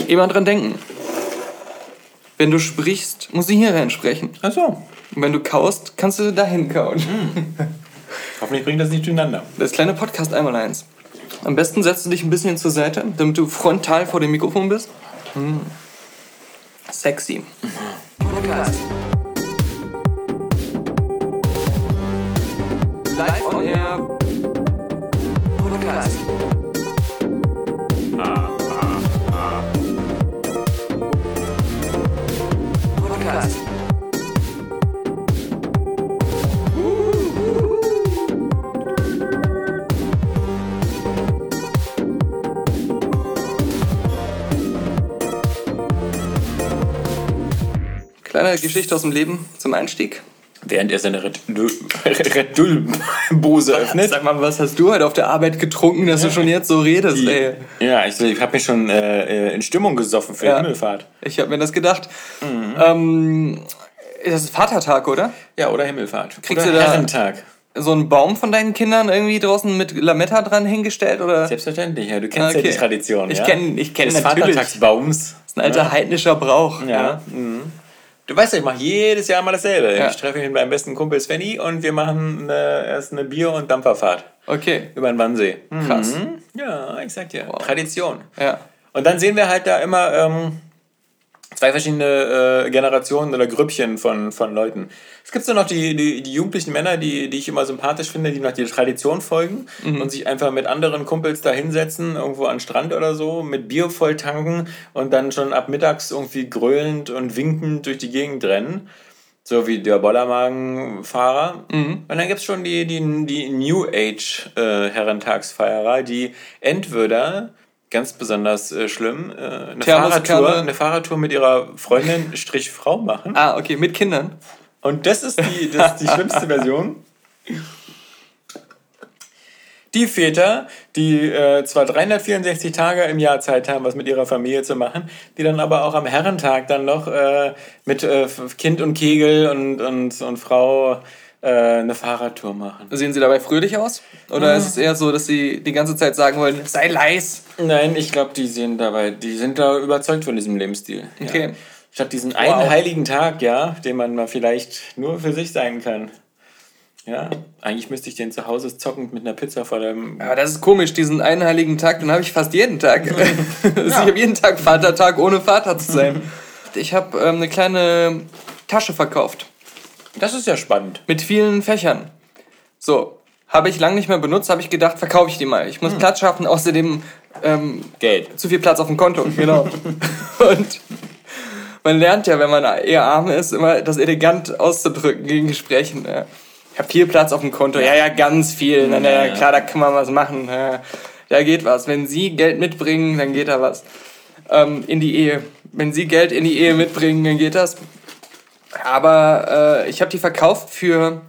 Immer dran denken. Wenn du sprichst, musst du hier rein sprechen. Ach so. Und wenn du kaust, kannst du dahin kauen. Hoffentlich bringt das nicht durcheinander. Das kleine Podcast 1x1. Am besten setzt du dich ein bisschen zur Seite, damit du frontal vor dem Mikrofon bist. Sexy. Podcast. Live on Air. Podcast. Podcast. Kleine Geschichte aus dem Leben zum Einstieg. Während er seine Red Bull-Bose öffnet. Sag mal, was hast du heute auf der Arbeit getrunken, dass du schon jetzt so redest, ey? Ja, ich habe mich schon in Stimmung gesoffen für Himmelfahrt. Ich habe mir das gedacht. Das ist Vatertag, oder? Ja, oder Himmelfahrt. Kriegst oder du da Herrentag. So einen Baum von deinen Kindern irgendwie draußen mit Lametta dran hingestellt, oder? Selbstverständlich, ja. Du kennst ja die Tradition, Ich kenn des natürlich. Vatertagsbaums. Das ist ein alter heidnischer Brauch. Ja. Du weißt ja, ich mache jedes Jahr mal dasselbe. Ja. Ich treffe mich mit meinem besten Kumpel Svenny und wir machen erst eine Bier- und Dampferfahrt. Okay. Über den Wannsee. Krass. Ja, ich sag dir. Wow. Tradition. Ja. Und dann sehen wir halt da immer zwei verschiedene Generationen oder Grüppchen von Leuten. Es gibt so noch die jugendlichen Männer, die ich immer sympathisch finde, die nach der Tradition folgen und sich einfach mit anderen Kumpels da hinsetzen, irgendwo an den Strand oder so, mit Bier voll tanken und dann schon ab mittags irgendwie gröhlend und winkend durch die Gegend rennen. So wie der Bollerwagenfahrer. Und dann gibt es schon die New Age Herrentagsfeierer, die entweder... Ganz besonders schlimm, eine Fahrradtour mit ihrer Freundin Frau machen. Ah, okay, mit Kindern. Und das ist die schlimmste Version. Die Väter, die zwar 364 Tage im Jahr Zeit haben, was mit ihrer Familie zu machen, die dann aber auch am Herrentag dann noch mit Kind und Kegel und Frau eine Fahrradtour machen. Sehen sie dabei fröhlich aus? Oder ist es eher so, dass sie die ganze Zeit sagen wollen, sei leis? Nein, ich glaube, die sind da überzeugt von diesem Lebensstil. Okay. Ja. Statt diesen einen heiligen Tag, den man mal vielleicht nur für sich sein kann. Ja, eigentlich müsste ich den zu Hause zockend mit einer Pizza vor dem... Aber das ist komisch, diesen einen heiligen Tag, den habe ich fast jeden Tag. Ich habe jeden Tag Vatertag, ohne Vater zu sein. Ich habe eine kleine Tasche verkauft. Das ist ja spannend. Mit vielen Fächern. So, habe ich lange nicht mehr benutzt, habe ich gedacht, verkaufe ich die mal. Ich muss Platz schaffen, außerdem Geld. Zu viel Platz auf dem Konto, genau. Und man lernt ja, wenn man eher arm ist, immer das elegant auszudrücken gegen Gesprächen. Ja. Ich habe viel Platz auf dem Konto, ja, ganz viel. Ja, klar, da kann man was machen. Ja, da geht was. Wenn Sie Geld mitbringen, dann geht da was. In die Ehe. Wenn Sie Geld in die Ehe mitbringen, dann geht das. Aber ich habe die verkauft für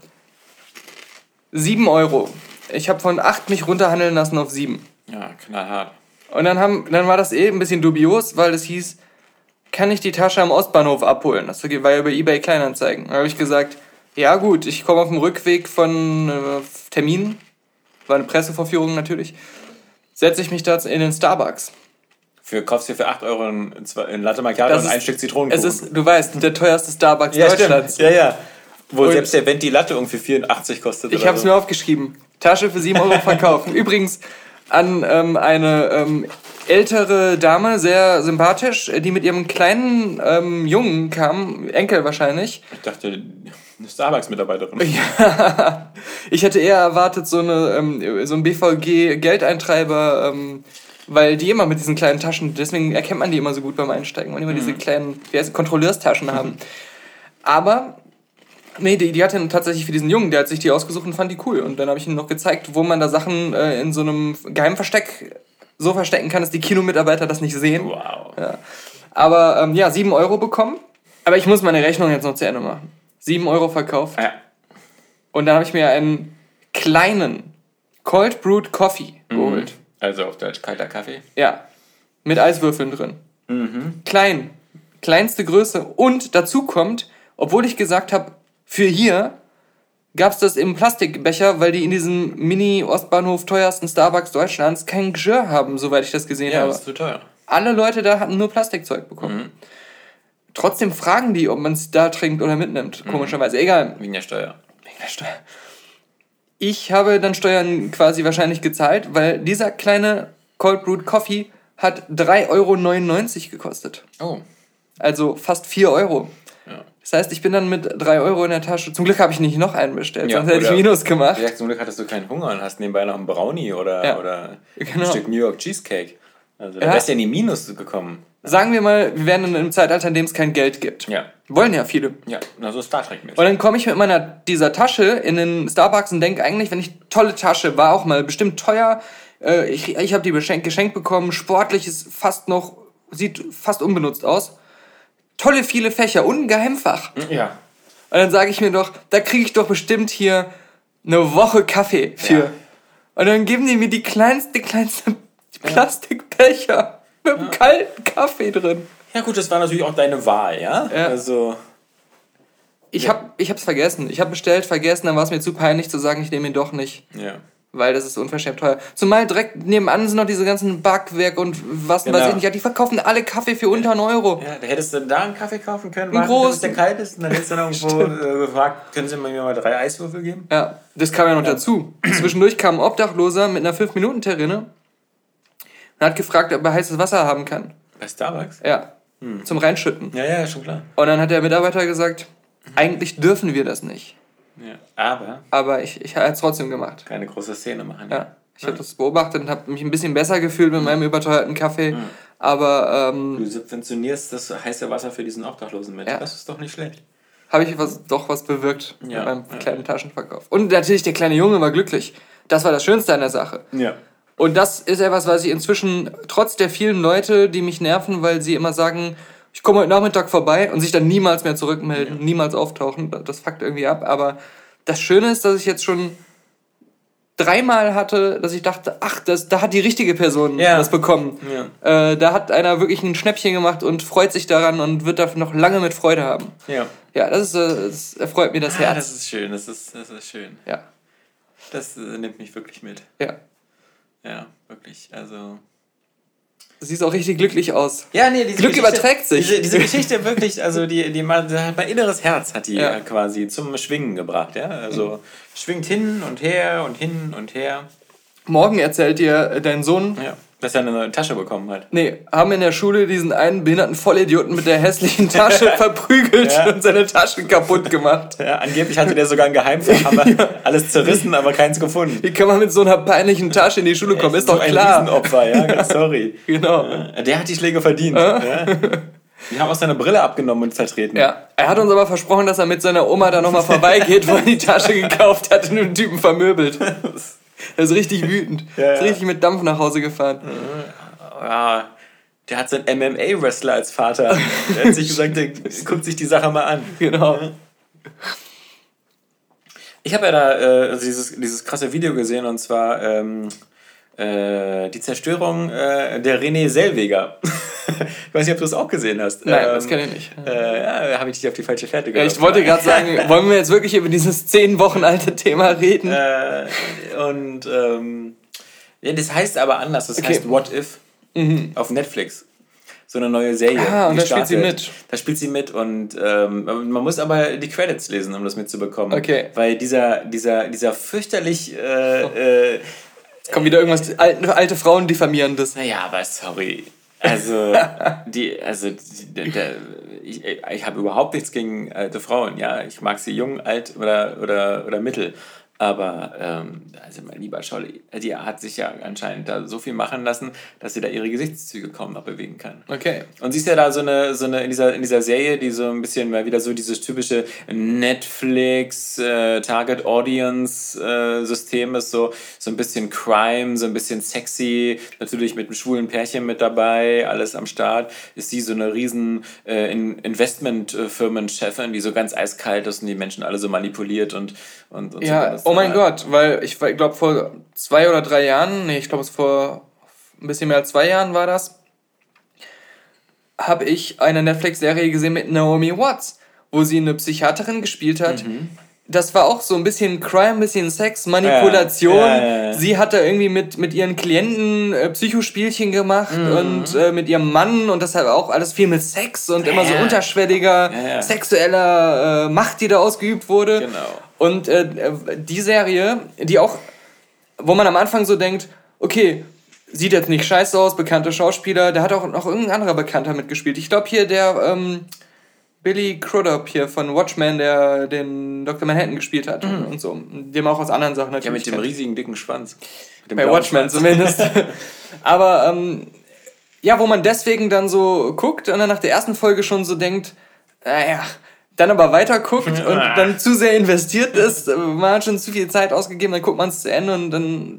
7 Euro. Ich habe von 8 mich runterhandeln lassen auf 7. Ja, knallhart. Und dann war das ein bisschen dubios, weil es hieß, kann ich die Tasche am Ostbahnhof abholen? Das war ja über eBay Kleinanzeigen. Da habe ich gesagt, ja gut, ich komme auf dem Rückweg von Terminen, war eine Pressevorführung natürlich, setze ich mich da in den Starbucks. Kaufst du für 8 Euro ein Latte Macchiato und ein Stück Zitronenkuchen. Es ist, du weißt, der teuerste Starbucks Deutschlands. Stimmt. Ja. Wo und selbst der Venti Latte irgendwie 84 kostet. Ich habe es mir aufgeschrieben. Tasche für 7 Euro verkaufen. Übrigens an eine ältere Dame, sehr sympathisch, die mit ihrem kleinen Jungen kam, Enkel wahrscheinlich. Ich dachte, eine Starbucks-Mitarbeiterin. Ja, ich hätte eher erwartet, so ein BVG-Geldeintreiber, weil die immer mit diesen kleinen Taschen, deswegen erkennt man die immer so gut beim Einsteigen, weil die immer diese kleinen Kontrolleurstaschen haben. Aber, nee, die hatte tatsächlich für diesen Jungen, der hat sich die ausgesucht und fand die cool. Und dann habe ich ihm noch gezeigt, wo man da Sachen in so einem geheimen Versteck so verstecken kann, dass die Kinomitarbeiter das nicht sehen. Wow. Ja. Aber 7 Euro bekommen. Aber ich muss meine Rechnung jetzt noch zu Ende machen. 7 Euro verkauft. Ja. Und dann habe ich mir einen kleinen Cold Brewed Coffee geholt. Also auf Deutsch kalter Kaffee? Ja, mit Eiswürfeln drin. Klein, kleinste Größe. Und dazu kommt, obwohl ich gesagt habe, für hier gab es das im Plastikbecher, weil die in diesem Mini-Ostbahnhof teuersten Starbucks Deutschlands kein Geschirr haben, soweit ich das gesehen habe. Ja, das ist zu teuer. Alle Leute da hatten nur Plastikzeug bekommen. Trotzdem fragen die, ob man es da trinkt oder mitnimmt. Komischerweise. Egal. Wegen der Steuer. Ich habe dann Steuern quasi wahrscheinlich gezahlt, weil dieser kleine Cold Brewed Coffee hat 3,99 Euro gekostet. Oh. Also fast 4 Euro. Ja. Das heißt, ich bin dann mit 3 Euro in der Tasche. Zum Glück habe ich nicht noch einen bestellt, sonst hätte ich Minus gemacht. Ja, zum Glück hattest du keinen Hunger und hast nebenbei noch einen Brownie oder ein Stück New York Cheesecake. Also da wärst du ja in die Minus gekommen. Sagen wir mal, wir wären in einem Zeitalter, in dem es kein Geld gibt. Ja. Wollen ja viele. Ja, na so Star Trek-mäßig. Und dann komme ich mit dieser Tasche in den Starbucks und denke eigentlich, wenn ich tolle Tasche, war auch mal bestimmt teuer. Ich habe die geschenkt bekommen, sportlich ist sieht fast unbenutzt aus. Tolle viele Fächer und ein Geheimfach. Ja. Und dann sage ich mir doch, da kriege ich doch bestimmt hier eine Woche Kaffee für. Ja. Und dann geben die mir die kleinste Plastikbecher mit einem kalten Kaffee drin. Ja gut, das war natürlich auch deine Wahl, ja? Also... Ich hab's vergessen. Ich habe bestellt, vergessen, dann war es mir zu peinlich zu sagen, ich nehme ihn doch nicht. Ja. Weil das ist unverschämt teuer. Zumal direkt nebenan sind noch diese ganzen Backwerk und weiß ich nicht. Ja, die verkaufen alle Kaffee für unter 1 Euro. Ja, da hättest du da einen Kaffee kaufen können, bis der kalt ist. Und dann hättest du dann irgendwo gefragt, können Sie mir mal 3 Eiswürfel geben? Ja, das kam ja noch dazu. Zwischendurch kam ein Obdachloser mit einer 5-Minuten-Terrine und hat gefragt, ob er heißes Wasser haben kann. Bei Starbucks? Ja, zum Reinschütten. Ja, schon klar. Und dann hat der Mitarbeiter gesagt, eigentlich dürfen wir das nicht. Ja, aber ich hätte es trotzdem gemacht. Keine große Szene machen. Ja, ich habe das beobachtet und habe mich ein bisschen besser gefühlt mit meinem überteuerten Kaffee. Aber du subventionierst das heiße Wasser für diesen Obdachlosen mit. Ja. Das ist doch nicht schlecht. Habe ich was bewirkt mit meinem kleinen Taschenverkauf. Und natürlich, der kleine Junge war glücklich. Das war das Schönste an der Sache. Ja. Und das ist etwas, was ich inzwischen, trotz der vielen Leute, die mich nerven, weil sie immer sagen, ich komme heute Nachmittag vorbei und sich dann niemals mehr zurückmelden, niemals auftauchen. Das fuckt irgendwie ab. Aber das Schöne ist, dass ich jetzt schon 3-mal hatte, dass ich dachte, da hat die richtige Person das bekommen. Ja. Da hat einer wirklich ein Schnäppchen gemacht und freut sich daran und wird dafür noch lange mit Freude haben. Ja. Ja, das erfreut mir das Herz. Das ist schön, das ist schön. Ja. Das nimmt mich wirklich mit. Ja. Ja, wirklich, also... Du siehst auch richtig glücklich aus. Ja, nee, Glück überträgt sich. Diese Geschichte wirklich, also mein inneres Herz hat die quasi zum Schwingen gebracht, ja. Also schwingt hin und her und hin und her. Morgen erzählt dir dein Sohn, dass er eine Tasche bekommen hat. Nee, haben in der Schule diesen einen behinderten Vollidioten mit der hässlichen Tasche verprügelt und seine Taschen kaputt gemacht. Ja, angeblich hatte der sogar ein Geheimfach, aber alles zerrissen, aber keins gefunden. Wie kann man mit so einer peinlichen Tasche in die Schule kommen? Ist doch klar. Ein Riesenopfer, ja, sorry. Genau. Der hat die Schläge verdient. Ja. Die haben auch seine Brille abgenommen und zertreten. Ja, er hat uns aber versprochen, dass er mit seiner Oma da nochmal vorbeigeht, wo er die Tasche gekauft hat und den Typen vermöbelt. Er ist richtig wütend. Er ist richtig mit Dampf nach Hause gefahren. Ja, der hat so einen MMA-Wrestler als Vater. Der hat sich gesagt, der guckt sich die Sache mal an. Genau. Ich habe ja da dieses krasse Video gesehen, und zwar die Zerstörung der René Zellweger. Ich weiß nicht, ob du das auch gesehen hast. Nein, das kenne ich nicht. Habe ich dich auf die falsche Fährte gebracht. Ich wollte gerade sagen, wollen wir jetzt wirklich über dieses 10 Wochen alte Thema reden? Das heißt aber anders. Das heißt What If auf Netflix. So eine neue Serie. Und da spielt sie mit. Da spielt sie mit und man muss aber die Credits lesen, um das mitzubekommen. Okay. Weil dieser fürchterlich... Jetzt kommt wieder irgendwas alte Frauen diffamierendes. Naja, aber sorry. Also, ich habe überhaupt nichts gegen alte Frauen. Ja, ich mag sie jung, alt oder mittel. Aber, also mein lieber Scholle, die hat sich ja anscheinend da so viel machen lassen, dass sie da ihre Gesichtszüge kaum noch bewegen kann. Okay. Und sie ist ja da so eine in dieser Serie, die so ein bisschen mal wieder so dieses typische Netflix, Target Audience System ist, so ein bisschen Crime, so ein bisschen sexy, natürlich mit einem schwulen Pärchen mit dabei, alles am Start. Ist sie so eine riesen Investmentfirmenchefin, die so ganz eiskalt ist und die Menschen alle so manipuliert und ja, so. Oh mein Gott, weil ich glaube vor 2 oder 3 Jahren, ich glaube es vor ein bisschen mehr als 2 Jahren war das, habe ich eine Netflix-Serie gesehen mit Naomi Watts, wo sie eine Psychiaterin gespielt hat, das war auch so ein bisschen Crime, ein bisschen Sex, Manipulation. Ja. Sie hat da irgendwie mit ihren Klienten Psychospielchen gemacht und mit ihrem Mann und das hat auch alles viel mit Sex und immer so unterschwelliger sexueller Macht, die da ausgeübt wurde. Genau. Und die Serie, die auch, wo man am Anfang so denkt, okay, sieht jetzt nicht scheiße aus, bekannte Schauspieler, da hat auch noch irgendein anderer Bekannter mitgespielt. Ich glaube hier der Billy Crudup hier von Watchmen, der den Dr. Manhattan gespielt hat und so. Dem auch aus anderen Sachen natürlich. Ja, mit dem riesigen, dicken Schwanz. Bei Watchmen zumindest. Aber, wo man deswegen dann so guckt und dann nach der ersten Folge schon so denkt, naja, dann aber weiter guckt und dann zu sehr investiert ist, man hat schon zu viel Zeit ausgegeben, dann guckt man es zu Ende und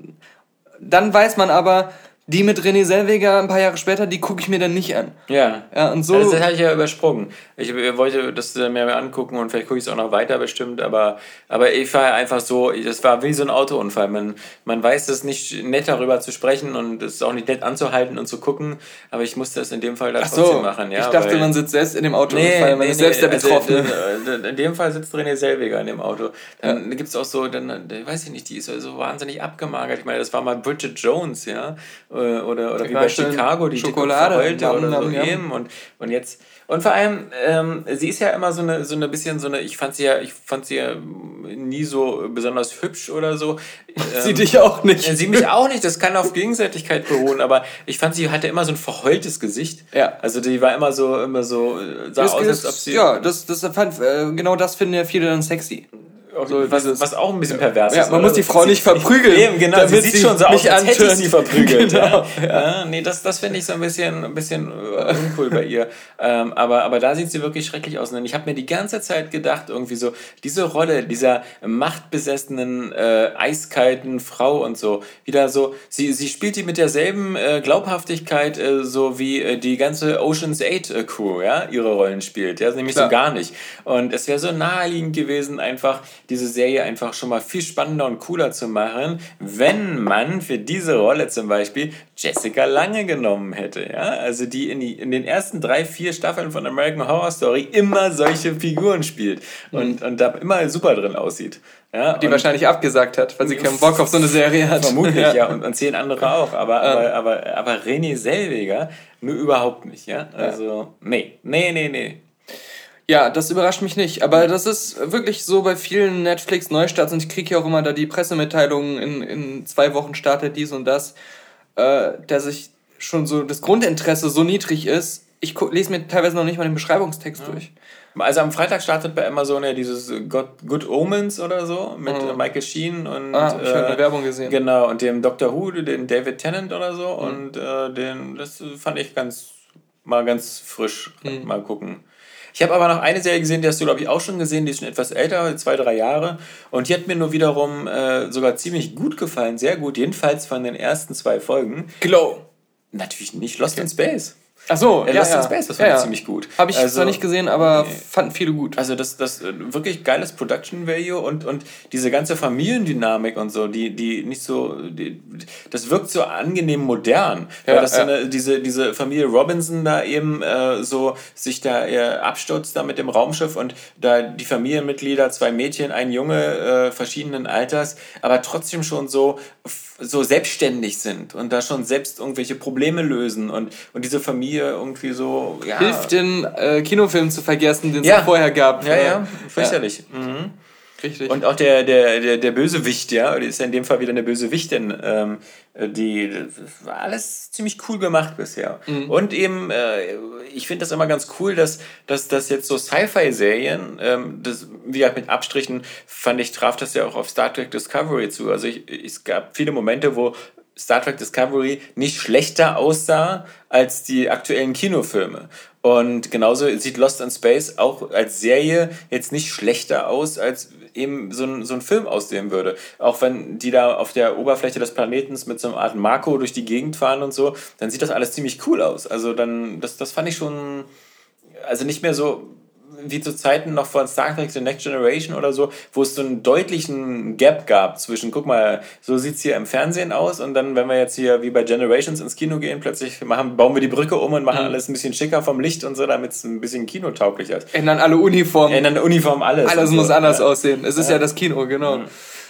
dann weiß man aber, die mit René Zellweger ein paar Jahre später, die gucke ich mir dann nicht an. Ja. Und so. Also das hatte ich ja übersprungen. Ich wollte das mir angucken und vielleicht gucke ich es auch noch weiter bestimmt, aber ich war einfach so, das war wie so ein Autounfall. Man weiß es nicht nett darüber zu sprechen und es ist auch nicht nett anzuhalten und zu gucken, aber ich musste das in dem Fall trotzdem machen. Ja, ich dachte, man sitzt selbst in dem Autounfall, man ist selbst der Betroffene. Also, in dem Fall sitzt René Zellweger in dem Auto. Dann gibt es auch so, weiß ich nicht, die ist so wahnsinnig abgemagert. Ich meine, das war mal Bridget Jones, ja, oder wie bei Chicago, die Schokolade oder so eben und jetzt und vor allem sie ist ja immer so eine bisschen so eine, ich fand sie ja nie so besonders hübsch oder so. Sie dich auch nicht. Sie mich auch nicht, das kann auf Gegenseitigkeit beruhen, aber ich fand, sie hatte immer so ein verheultes Gesicht. Ja. Also die war immer so sah aus, als ob sie... Ja, genau das finden ja viele dann sexy. So, was auch ein bisschen pervers ist. Ja, man muss die Frau nicht verprügeln. Eben, genau, sie sieht schon so aus, als hätte ich sie verprügelt. Genau. Ja, nee, das finde ich so ein bisschen uncool bei ihr. Aber da sieht sie wirklich schrecklich aus. Und ich habe mir die ganze Zeit gedacht, irgendwie so, diese Rolle dieser machtbesessenen, eiskalten Frau und so, wieder so, sie spielt die mit derselben Glaubhaftigkeit, so wie die ganze Ocean's 8 Crew, ja, ihre Rollen spielt. Ja, nämlich so gar nicht. Und es wäre so naheliegend gewesen, einfach diese Serie einfach schon mal viel spannender und cooler zu machen, wenn man für diese Rolle zum Beispiel Jessica Lange genommen hätte. Ja? Also die in den ersten 3-4 Staffeln von American Horror Story immer solche Figuren spielt und da immer super drin aussieht. Ja? Die wahrscheinlich abgesagt hat, weil sie keinen Bock auf so eine Serie hat. Vermutlich, ja. Und 10 andere auch. Aber René Zellweger nur überhaupt nicht. Ja? Also, nee. Ja, das überrascht mich nicht, aber das ist wirklich so bei vielen Netflix-Neustarts und ich kriege ja auch immer da die Pressemitteilungen, in 2 Wochen startet dies und das, dass ich schon so das Grundinteresse so niedrig ist, ich lese mir teilweise noch nicht mal den Beschreibungstext durch. Also am Freitag startet bei Amazon ja dieses Good Omens oder so mit Michael Sheen und ich habe eine Werbung gesehen. Genau, und dem Dr. Who, den David Tennant oder so und das fand ich ganz frisch. Mal gucken. Ich habe aber noch eine Serie gesehen, die hast du, glaube ich, auch schon gesehen, die ist schon etwas älter, 2-3 Jahre. Und die hat mir nur wiederum sogar ziemlich gut gefallen, sehr gut, jedenfalls von den ersten 2 Folgen. Glow. Natürlich nicht, Lost in Space. Ach so, Lost in Space, das fand ich ziemlich gut. Habe ich zwar nicht gesehen, aber fanden viele gut. Also das wirklich geiles Production Value und diese ganze Familiendynamik und so, die nicht so, das wirkt so angenehm modern. Ja, weil das diese Familie Robinson da eben so sich da abstürzt da mit dem Raumschiff und da die Familienmitglieder, 2 Mädchen, ein Junge verschiedenen Alters, aber trotzdem schon so selbstständig sind und da schon selbst irgendwelche Probleme lösen und diese Familie irgendwie so, ja. Hilft den Kinofilm zu vergessen, den es vorher gab. Ja, fürchterlich. Ja. Mhm. Richtig. Und auch der Bösewicht, ja, die ist ja in dem Fall wieder eine Bösewichtin, das war alles ziemlich cool gemacht bisher. Mhm. Und eben, ich finde das immer ganz cool, dass jetzt so Sci-Fi-Serien, wie gesagt mit Abstrichen, traf das ja auch auf Star Trek Discovery zu. Also es gab viele Momente, wo Star Trek Discovery nicht schlechter aussah als die aktuellen Kinofilme. Und genauso sieht Lost in Space auch als Serie jetzt nicht schlechter aus, als eben so ein Film aussehen würde. Auch wenn die da auf der Oberfläche des Planetens mit so einer Art Marco durch die Gegend fahren und so, dann sieht das alles ziemlich cool aus. Also das fand ich schon, also nicht mehr so wie zu Zeiten noch von Star Trek The Next Generation oder so, wo es so einen deutlichen Gap gab zwischen, guck mal, so sieht es hier im Fernsehen aus und dann, wenn wir jetzt hier wie bei Generations ins Kino gehen, plötzlich bauen wir die Brücke um und machen alles ein bisschen schicker vom Licht und so, damit es ein bisschen kinotauglicher ist. Ändern alle Uniformen. Ändern Uniform alles. Alles muss anders aussehen. Es ist ja das Kino, genau.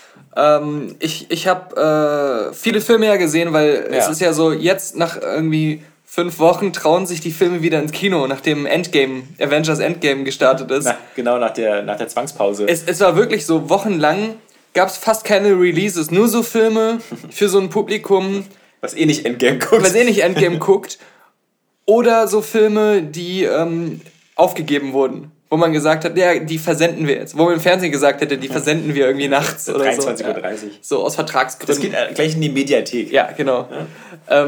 Ich habe viele Filme ja gesehen, weil es ist ja so, jetzt nach irgendwie 5 Wochen trauen sich die Filme wieder ins Kino, nachdem Avengers Endgame gestartet ist. Genau, nach der Zwangspause. Es war wirklich so, wochenlang gab es fast keine Releases, nur so Filme für so ein Publikum, was eh nicht Endgame guckt. Oder so Filme, die aufgegeben wurden. Wo man gesagt hat, ja, die versenden wir jetzt. Wo man im Fernsehen gesagt hätte, die versenden wir irgendwie nachts oder 23:30 Uhr. So aus Vertragsgründen. Das geht gleich in die Mediathek. Ja, genau. Ja.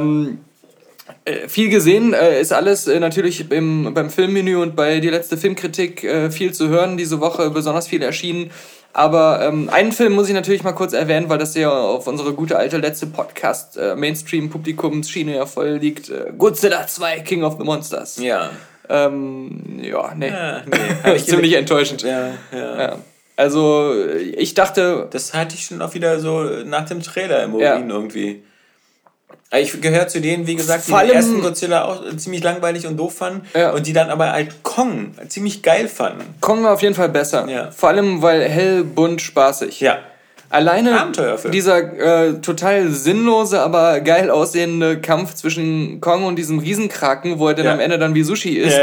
Viel gesehen ist alles natürlich beim Filmmenü und bei die letzte Filmkritik viel zu hören. Diese Woche besonders viel erschienen. Aber einen Film muss ich natürlich mal kurz erwähnen, weil das ja auf unsere gute alte letzte Podcast Mainstream-Publikumsschiene ja voll liegt. Godzilla 2, King of the Monsters. Ja. Nee. Ziemlich enttäuschend. Ja. Also, ich dachte... Das hatte ich schon auch wieder so nach dem Trailer im Urin irgendwie. Ich gehöre zu denen, wie gesagt, die den ersten Godzilla auch ziemlich langweilig und doof fanden und die dann aber halt Kong ziemlich geil fanden. Kong war auf jeden Fall besser. Ja. Vor allem, weil hell, bunt, spaßig. Ja. Alleine dieser total sinnlose, aber geil aussehende Kampf zwischen Kong und diesem Riesenkraken, wo er dann am Ende dann wie Sushi isst,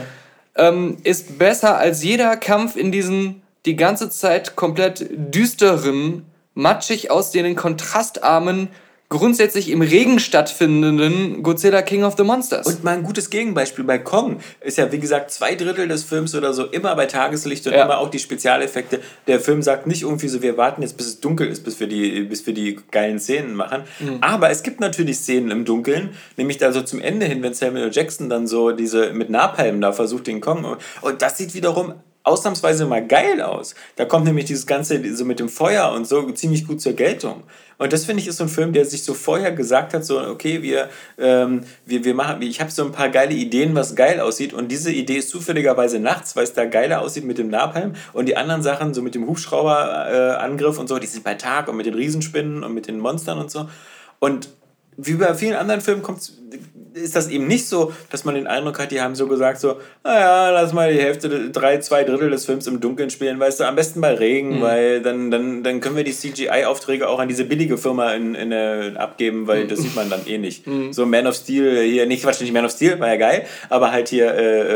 ist besser als jeder Kampf in diesen die ganze Zeit komplett düsteren, matschig aussehenden, kontrastarmen, grundsätzlich im Regen stattfindenden Godzilla King of the Monsters. Und mal ein gutes Gegenbeispiel bei Kong ist ja, wie gesagt, 2/3 des Films oder so immer bei Tageslicht und immer auch die Spezialeffekte. Der Film sagt nicht irgendwie so, wir warten jetzt, bis es dunkel ist, bis wir die geilen Szenen machen. Aber es gibt natürlich Szenen im Dunkeln, nämlich da so zum Ende hin, wenn Samuel L. Jackson dann so diese mit Napalm da versucht, den Kong. Und das sieht wiederum ausnahmsweise mal geil aus. Da kommt nämlich dieses Ganze so mit dem Feuer und so ziemlich gut zur Geltung. Und das, finde ich, ist so ein Film, der sich so vorher gesagt hat, so, okay, wir machen, ich habe so ein paar geile Ideen, was geil aussieht, und diese Idee ist zufälligerweise nachts, weil es da geiler aussieht mit dem Napalm, und die anderen Sachen, so mit dem Hubschrauberangriff und so, die sind bei Tag und mit den Riesenspinnen und mit den Monstern und so. Und wie bei vielen anderen Filmen ist das eben nicht so, dass man den Eindruck hat, die haben so gesagt, so, naja, lass mal die Hälfte, 2/3 des Films im Dunkeln spielen, weißt du, am besten bei Regen, weil dann können wir die CGI-Aufträge auch an diese billige Firma abgeben, weil das sieht man dann eh nicht. So Man of Steel, hier, nicht Man of Steel, war ja geil, aber halt hier,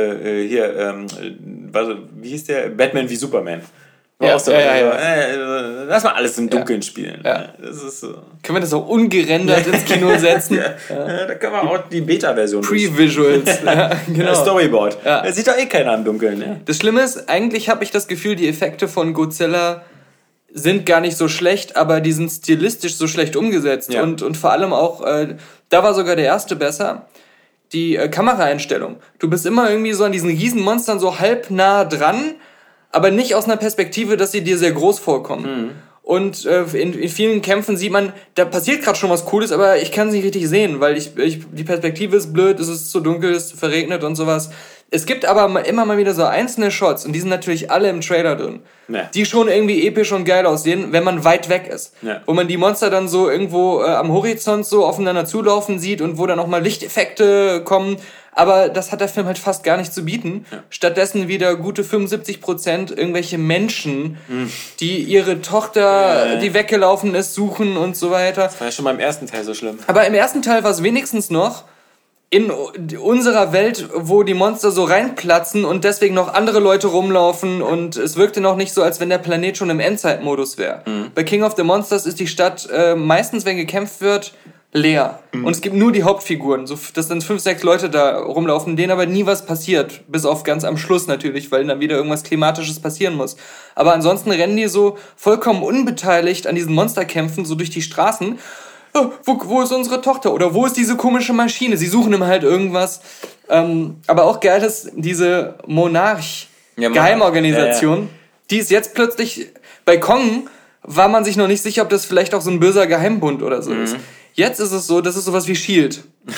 wie hieß der? Batman wie Superman. Lass mal alles im Dunkeln spielen. Ja. Das ist so. Können wir das auch ungerendert ins Kino setzen? Da können wir auch die Beta-Version Pre-Visuals. Genau. Storyboard. Ja. Das sieht doch eh keiner im Dunkeln. Ja. Das Schlimme ist, eigentlich habe ich das Gefühl, die Effekte von Godzilla sind gar nicht so schlecht, aber die sind stilistisch so schlecht umgesetzt. Ja. Und vor allem auch, da war sogar der erste besser, die Kameraeinstellung. Du bist immer irgendwie so an diesen Riesenmonstern so halb nah dran, aber nicht aus einer Perspektive, dass sie dir sehr groß vorkommen. Und in vielen Kämpfen sieht man, da passiert gerade schon was Cooles, aber ich kann es nicht richtig sehen, weil die Perspektive ist blöd, es ist zu dunkel, es ist verregnet und sowas. Es gibt aber immer mal wieder so einzelne Shots, und die sind natürlich alle im Trailer drin, die schon irgendwie episch und geil aussehen, wenn man weit weg ist. Ja. Wo man die Monster dann so irgendwo am Horizont so aufeinander zulaufen sieht und wo dann auch mal Lichteffekte kommen. Aber das hat der Film halt fast gar nicht zu bieten. Ja. Stattdessen wieder gute 75% irgendwelche Menschen, die ihre Tochter, die weggelaufen ist, suchen und so weiter. Das war ja schon mal im ersten Teil so schlimm. Aber im ersten Teil war es wenigstens noch in unserer Welt, wo die Monster so reinplatzen und deswegen noch andere Leute rumlaufen, und es wirkte noch nicht so, als wenn der Planet schon im Endzeitmodus wäre. Bei King of the Monsters ist die Stadt meistens, wenn gekämpft wird, leer. Und es gibt nur die Hauptfiguren. So, das sind 5, 6 Leute da rumlaufen, denen aber nie was passiert. Bis auf ganz am Schluss natürlich, weil dann wieder irgendwas Klimatisches passieren muss. Aber ansonsten rennen die so vollkommen unbeteiligt an diesen Monsterkämpfen so durch die Straßen. Oh, wo ist unsere Tochter? Oder wo ist diese komische Maschine? Sie suchen immer halt irgendwas. Aber auch geil ist diese Monarch-Geheimorganisation. Die ist jetzt plötzlich... Bei Kong war man sich noch nicht sicher, ob das vielleicht auch so ein böser Geheimbund oder so ist. Jetzt ist es so, das ist sowas wie S.H.I.E.L.D.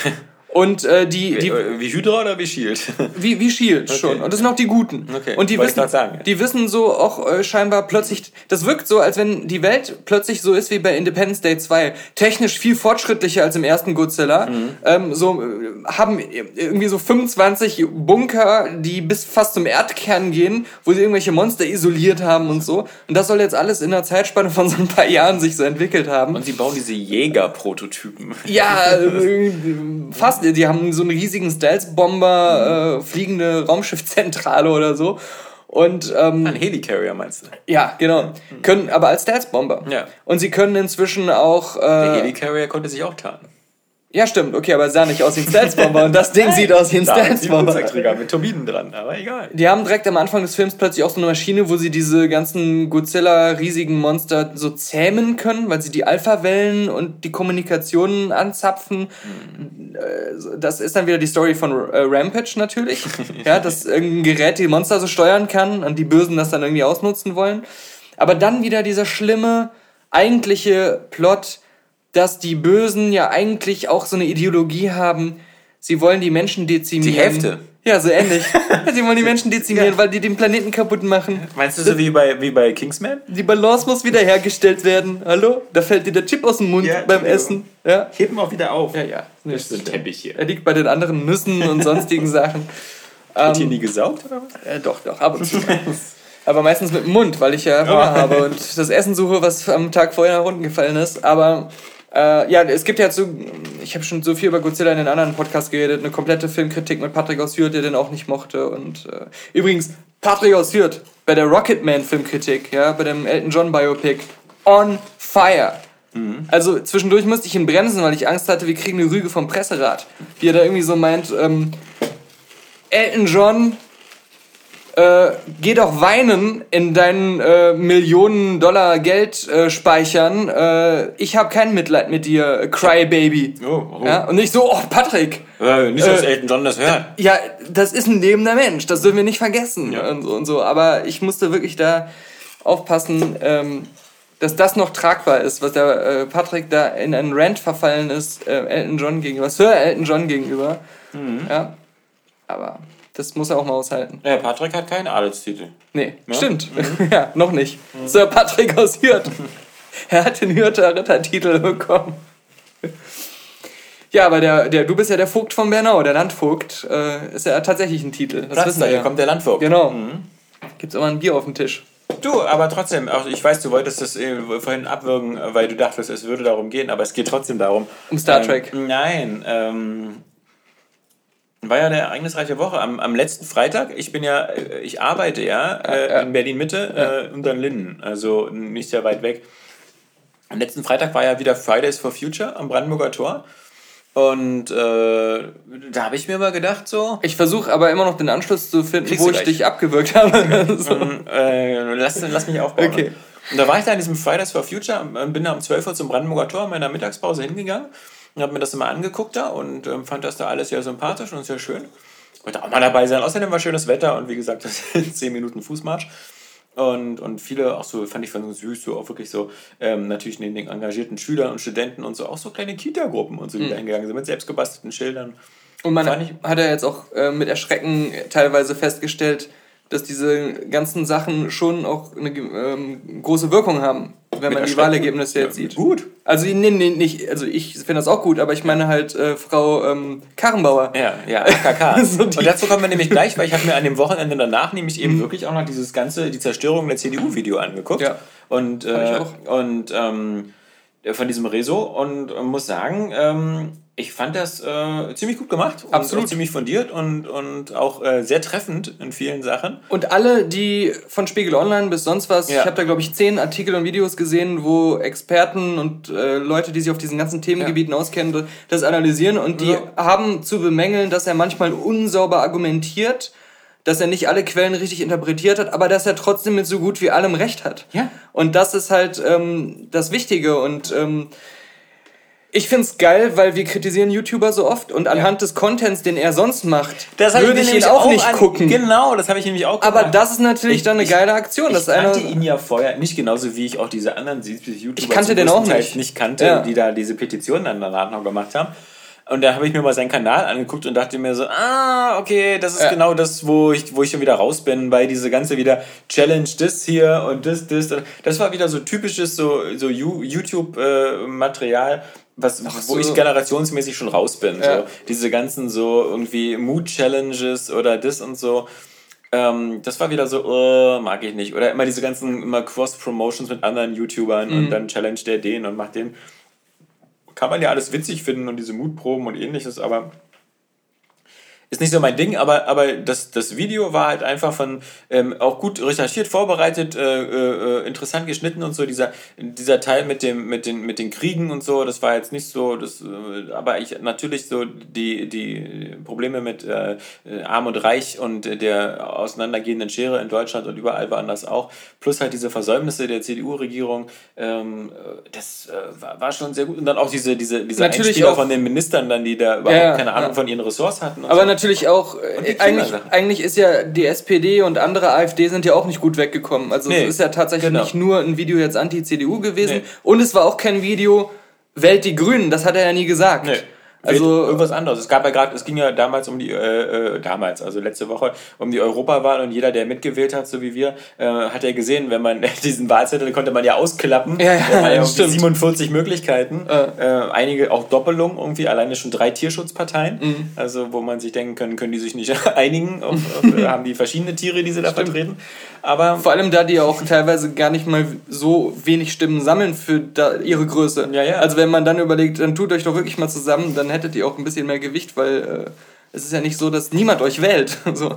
Und wie Hydra oder wie Shield? Wie Shield schon. Und das sind auch die Guten. Okay. Und die wissen so auch scheinbar plötzlich, das wirkt so, als wenn die Welt plötzlich so ist wie bei Independence Day 2. Technisch viel fortschrittlicher als im ersten Godzilla. Haben irgendwie so 25 Bunker, die bis fast zum Erdkern gehen, wo sie irgendwelche Monster isoliert haben und so. Und das soll jetzt alles in einer Zeitspanne von so ein paar Jahren sich so entwickelt haben. Und sie bauen diese Jäger-Prototypen. Ja, fast. Die haben so einen riesigen Stealth-Bomber, fliegende Raumschiffzentrale oder so. Und, ein Helicarrier meinst du? Ja, genau. Können, aber als Stealth-Bomber. Ja. Und sie können inzwischen auch... der Helicarrier konnte sich auch tarnen. Ja, stimmt, okay, aber es sah nicht aus wie ein Stealth-Bomber und das Ding sieht aus wie ein Stealth-Bomber. Mit Turbinen dran, aber egal. Die haben direkt am Anfang des Films plötzlich auch so eine Maschine, wo sie diese ganzen Godzilla-riesigen Monster so zähmen können, weil sie die Alpha-Wellen und die Kommunikationen anzapfen. Das ist dann wieder die Story von Rampage natürlich. Ja, dass irgendein Gerät die Monster so steuern kann und die Bösen das dann irgendwie ausnutzen wollen. Aber dann wieder dieser schlimme, eigentliche Plot, dass die Bösen ja eigentlich auch so eine Ideologie haben, sie wollen die Menschen dezimieren. Die Hälfte. Ja, so ähnlich. Sie wollen die Menschen dezimieren, weil die den Planeten kaputt machen. Meinst du so wie bei Kingsman? Die Balance muss wiederhergestellt werden. Hallo? Da fällt dir der Chip aus dem Mund beim Essen. Ja? Heb ihn auch wieder auf. Ja. Das ist ein Teppich hier. Er liegt bei den anderen Nüssen und sonstigen Sachen. Wird hier nie gesaugt, oder was? Doch, ab und zu. Aber meistens mit dem Mund, weil ich ja Hunger habe und das Essen suche, was am Tag vorher nach unten gefallen ist. Aber es gibt ja ich habe schon so viel über Godzilla in den anderen Podcasts geredet, eine komplette Filmkritik mit Patrick aus Hürth, der den auch nicht mochte. Und übrigens, Patrick aus Hürth, bei der Rocketman-Filmkritik, ja, bei dem Elton John Biopic, on fire. Also zwischendurch musste ich ihn bremsen, weil ich Angst hatte, wir kriegen eine Rüge vom Presserat. Wie er da irgendwie so meint, Elton John, geh doch weinen in deinen Millionen-Dollar Geldspeichern. Ich habe kein Mitleid mit dir, Crybaby. Oh. Ja? Und nicht so, Patrick. Nicht, dass Elton John das hört. Ja, das ist ein lebender Mensch, das dürfen wir nicht vergessen. Ja. Und so. Aber ich musste wirklich da aufpassen, dass das noch tragbar ist, was der Patrick da in einen Rant verfallen ist, Elton John gegenüber, Sir Elton John gegenüber. Ja, aber... Das muss er auch mal aushalten. Ja, Patrick hat keinen Adelstitel. Nee, ja? Stimmt. Ja, noch nicht. Sir Patrick aus Hürth. Er hat den Hürther Rittertitel bekommen. Ja, aber du bist ja der Vogt von Bernau, der Landvogt. Ist ja tatsächlich ein Titel. Das wissen wir ja. Hier kommt der Landvogt. Genau. Gibt's immer ein Bier auf dem Tisch. Du, aber trotzdem, auch ich weiß, du wolltest das vorhin abwürgen, weil du dachtest, es würde darum gehen, aber es geht trotzdem darum. Um Star Trek. Nein, war ja eine ereignisreiche Woche. Am letzten Freitag, ich arbeite in Berlin-Mitte unter den Linden, also nicht sehr weit weg. Am letzten Freitag war ja wieder Fridays for Future am Brandenburger Tor. Und da habe ich mir mal gedacht so... Ich versuche aber immer noch den Anschluss zu finden, wo ich dich abgewürgt habe. So. Lass mich aufbauen. Okay. Und da war ich da in diesem Fridays for Future, bin da um 12 Uhr zum Brandenburger Tor in meiner Mittagspause hingegangen. Und habe mir das immer angeguckt da und fand das da alles sehr sympathisch und sehr schön. Wollte auch mal dabei sein. Außerdem war schönes Wetter und wie gesagt, das sind 10 Minuten Fußmarsch. Und viele auch so, fand ich so süß, so auch wirklich so, natürlich neben den engagierten Schülern und Studenten und so, auch so kleine Kita-Gruppen und so, die da hingegangen sind, mit selbstgebastelten Schildern. Und man hat ja jetzt auch mit Erschrecken teilweise festgestellt, dass diese ganzen Sachen schon auch eine große Wirkung haben, wenn man die Wahlergebnisse jetzt sieht. Gut. Also nicht, also ich finde das auch gut, aber ich meine halt Frau Karrenbauer. Ja, AKK. So und dazu kommen wir nämlich gleich, weil ich habe mir an dem Wochenende danach nämlich eben wirklich auch noch die Zerstörung der CDU-Video angeguckt. Ja. Und von diesem Rezo und muss sagen, ich fand das ziemlich gut gemacht. Absolut. Und ziemlich fundiert und auch sehr treffend in vielen Sachen. Und alle, die von Spiegel Online bis sonst was, ich habe da glaube ich 10 Artikel und Videos gesehen, wo Experten und Leute, die sich auf diesen ganzen Themengebieten auskennen, das analysieren und die haben zu bemängeln, dass er manchmal unsauber argumentiert, dass er nicht alle Quellen richtig interpretiert hat, aber dass er trotzdem mit so gut wie allem recht hat. Ja. Und das ist halt das Wichtige und ich find's geil, weil wir kritisieren YouTuber so oft und anhand des Contents, den er sonst macht, würde ich ihn auch nicht gucken. Genau, das habe ich nämlich auch gemacht. Aber das ist natürlich dann eine geile Aktion. Ich kannte ihn ja vorher, nicht genauso wie ich auch diese anderen YouTuber ich kannte den auch nicht kannte, die da diese Petitionen dann danach noch gemacht haben. Und da habe ich mir mal seinen Kanal angeguckt und dachte mir so, okay, das ist genau das, wo ich schon wieder raus bin, weil diese ganze wieder Challenge das hier und das. Das war wieder so typisches so YouTube-Material, wo ich generationsmäßig schon raus bin. Ja. So, diese ganzen so irgendwie Mood-Challenges oder das und so. Das war wieder so, mag ich nicht. Oder immer diese ganzen Cross-Promotions mit anderen YouTubern und dann challenge der den und macht den. Kann man ja alles witzig finden und diese Mutproben und ähnliches, aber ist nicht so mein Ding, aber das Video war halt einfach von auch gut recherchiert, vorbereitet, interessant geschnitten und so. Dieser Teil mit den Kriegen und so, das war jetzt nicht so, aber natürlich so die Probleme mit Arm und Reich und der auseinandergehenden Schere in Deutschland und überall woanders auch, plus halt diese Versäumnisse der CDU-Regierung, das war schon sehr gut. Und dann auch diese Einspieler von den Ministern dann, die da überhaupt keine Ahnung von ihren Ressorts hatten. Aber so. Natürlich auch, eigentlich ist ja die SPD und andere AfD sind ja auch nicht gut weggekommen. Also es ist ja tatsächlich nicht nur ein Video jetzt anti-CDU gewesen und es war auch kein Video Wählt die Grünen, das hat er ja nie gesagt. Nee. Also irgendwas anderes. Es ging ja damals also letzte Woche um die Europawahl und jeder, der mitgewählt hat, so wie wir, hat ja gesehen, wenn man diesen Wahlzettel konnte man ja ausklappen. Da waren ja 47 Möglichkeiten. Einige auch Doppelungen irgendwie, alleine schon 3 Tierschutzparteien. Also wo man sich denken können die sich nicht einigen, haben die verschiedene Tiere, die sie da vertreten. Aber vor allem da die auch teilweise gar nicht mal so wenig Stimmen sammeln für ihre Größe. Also wenn man dann überlegt, dann tut euch doch wirklich mal zusammen, dann hättet ihr auch ein bisschen mehr Gewicht, weil es ist ja nicht so, dass niemand euch wählt. So.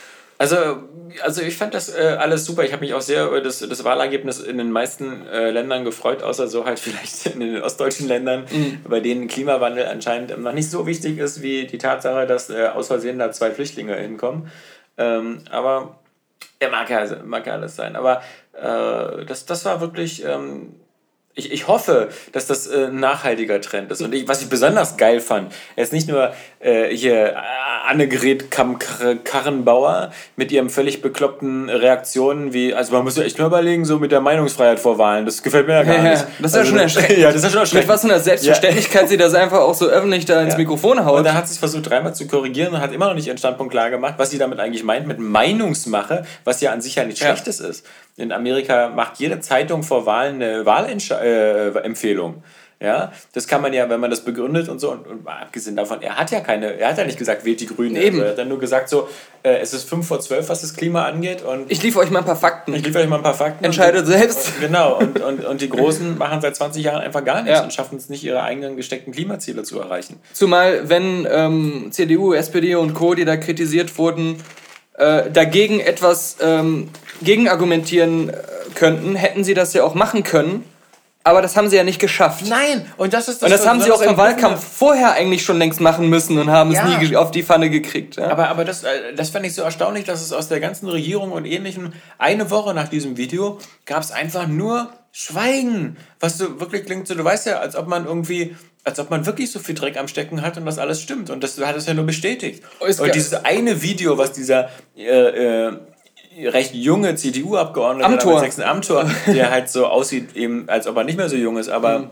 Also ich fand das alles super. Ich habe mich auch sehr über das Wahlergebnis in den meisten Ländern gefreut, außer so halt vielleicht in den ostdeutschen Ländern, bei denen Klimawandel anscheinend noch nicht so wichtig ist wie die Tatsache, dass aus Versehen da 2 Flüchtlinge hinkommen. Aber mag ja alles sein. Aber das war wirklich... Ich hoffe, dass das ein nachhaltiger Trend ist. Und was ich besonders geil fand, er ist nicht nur hier Annegret Karrenbauer mit ihren völlig bekloppten Reaktionen wie, also man muss ja echt mal überlegen, so mit der Meinungsfreiheit vor Wahlen, das gefällt mir ja gar nicht. Das ist ja schon erschreckend. Ja, das ist ja schon erschreckend. Mit was für einer Selbstverständlichkeit sie das einfach auch so öffentlich da ins Mikrofon haut. Und dann hat sie es versucht 3-mal zu korrigieren und hat immer noch nicht ihren Standpunkt klar gemacht, was sie damit eigentlich meint mit Meinungsmache, was ja an sich ja nichts Schlechtes ist. In Amerika macht jede Zeitung vor Wahlen eine Wahlempfehlung. Ja, das kann man ja, wenn man das begründet und so, und abgesehen davon, er hat ja nicht gesagt, wählt die Grünen. Eben. Also er hat dann nur gesagt, so, es ist 11:55, was das Klima angeht. Und ich liefere euch mal ein paar Fakten. Entscheidet selbst. Genau, und die Großen machen seit 20 Jahren einfach gar nichts und schaffen es nicht, ihre eigenen gesteckten Klimaziele zu erreichen. Zumal, wenn CDU, SPD und Co., die da kritisiert wurden, dagegen etwas gegenargumentieren könnten, hätten sie das ja auch machen können. Aber das haben sie ja nicht geschafft. Nein! Und das haben sie auch im Wahlkampf vorher eigentlich schon längst machen müssen und haben es nie auf die Pfanne gekriegt. Ja? Aber das fand ich so erstaunlich, dass es aus der ganzen Regierung und Ähnlichem, eine Woche nach diesem Video, gab es einfach nur Schweigen. Was so wirklich klingt so, du weißt ja, als ob man wirklich so viel Dreck am Stecken hat und das alles stimmt. Und das hat es ja nur bestätigt. Und dieses eine Video, was dieser recht junge CDU-Abgeordnete Amthor, der halt so aussieht, eben, als ob er nicht mehr so jung ist, aber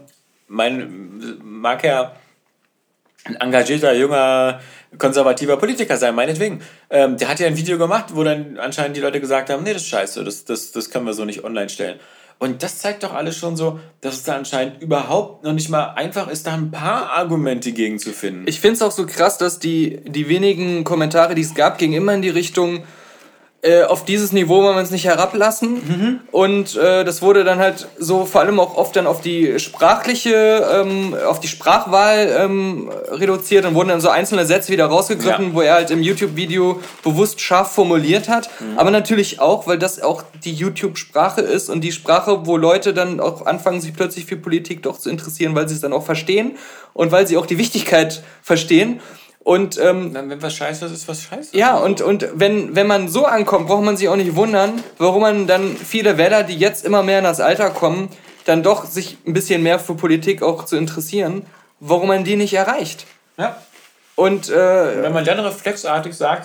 mag ja ein engagierter, junger, konservativer Politiker sein, meinetwegen. Der hat ja ein Video gemacht, wo dann anscheinend die Leute gesagt haben, nee, das ist scheiße, das können wir so nicht online stellen. Und das zeigt doch alles schon so, dass es da anscheinend überhaupt noch nicht mal einfach ist, da ein paar Argumente gegen zu finden. Ich finde es auch so krass, dass die wenigen Kommentare, die es gab, gingen immer in die Richtung, auf dieses Niveau wollen wir uns nicht herablassen. Und das wurde dann halt so vor allem auch oft dann auf die sprachliche, auf die Sprachwahl reduziert und wurden dann so einzelne Sätze wieder rausgegriffen, wo er halt im YouTube-Video bewusst scharf formuliert hat. Aber natürlich auch, weil das auch die YouTube-Sprache ist und die Sprache, wo Leute dann auch anfangen, sich plötzlich für Politik doch zu interessieren, weil sie es dann auch verstehen und weil sie auch die Wichtigkeit verstehen. Und dann, wenn was scheiße ist, ist was scheiße. Ja, und wenn man so ankommt, braucht man sich auch nicht wundern, warum man dann viele Wähler, die jetzt immer mehr in das Alter kommen, dann doch sich ein bisschen mehr für Politik auch zu interessieren, warum man die nicht erreicht. Ja. Und wenn man dann reflexartig sagt,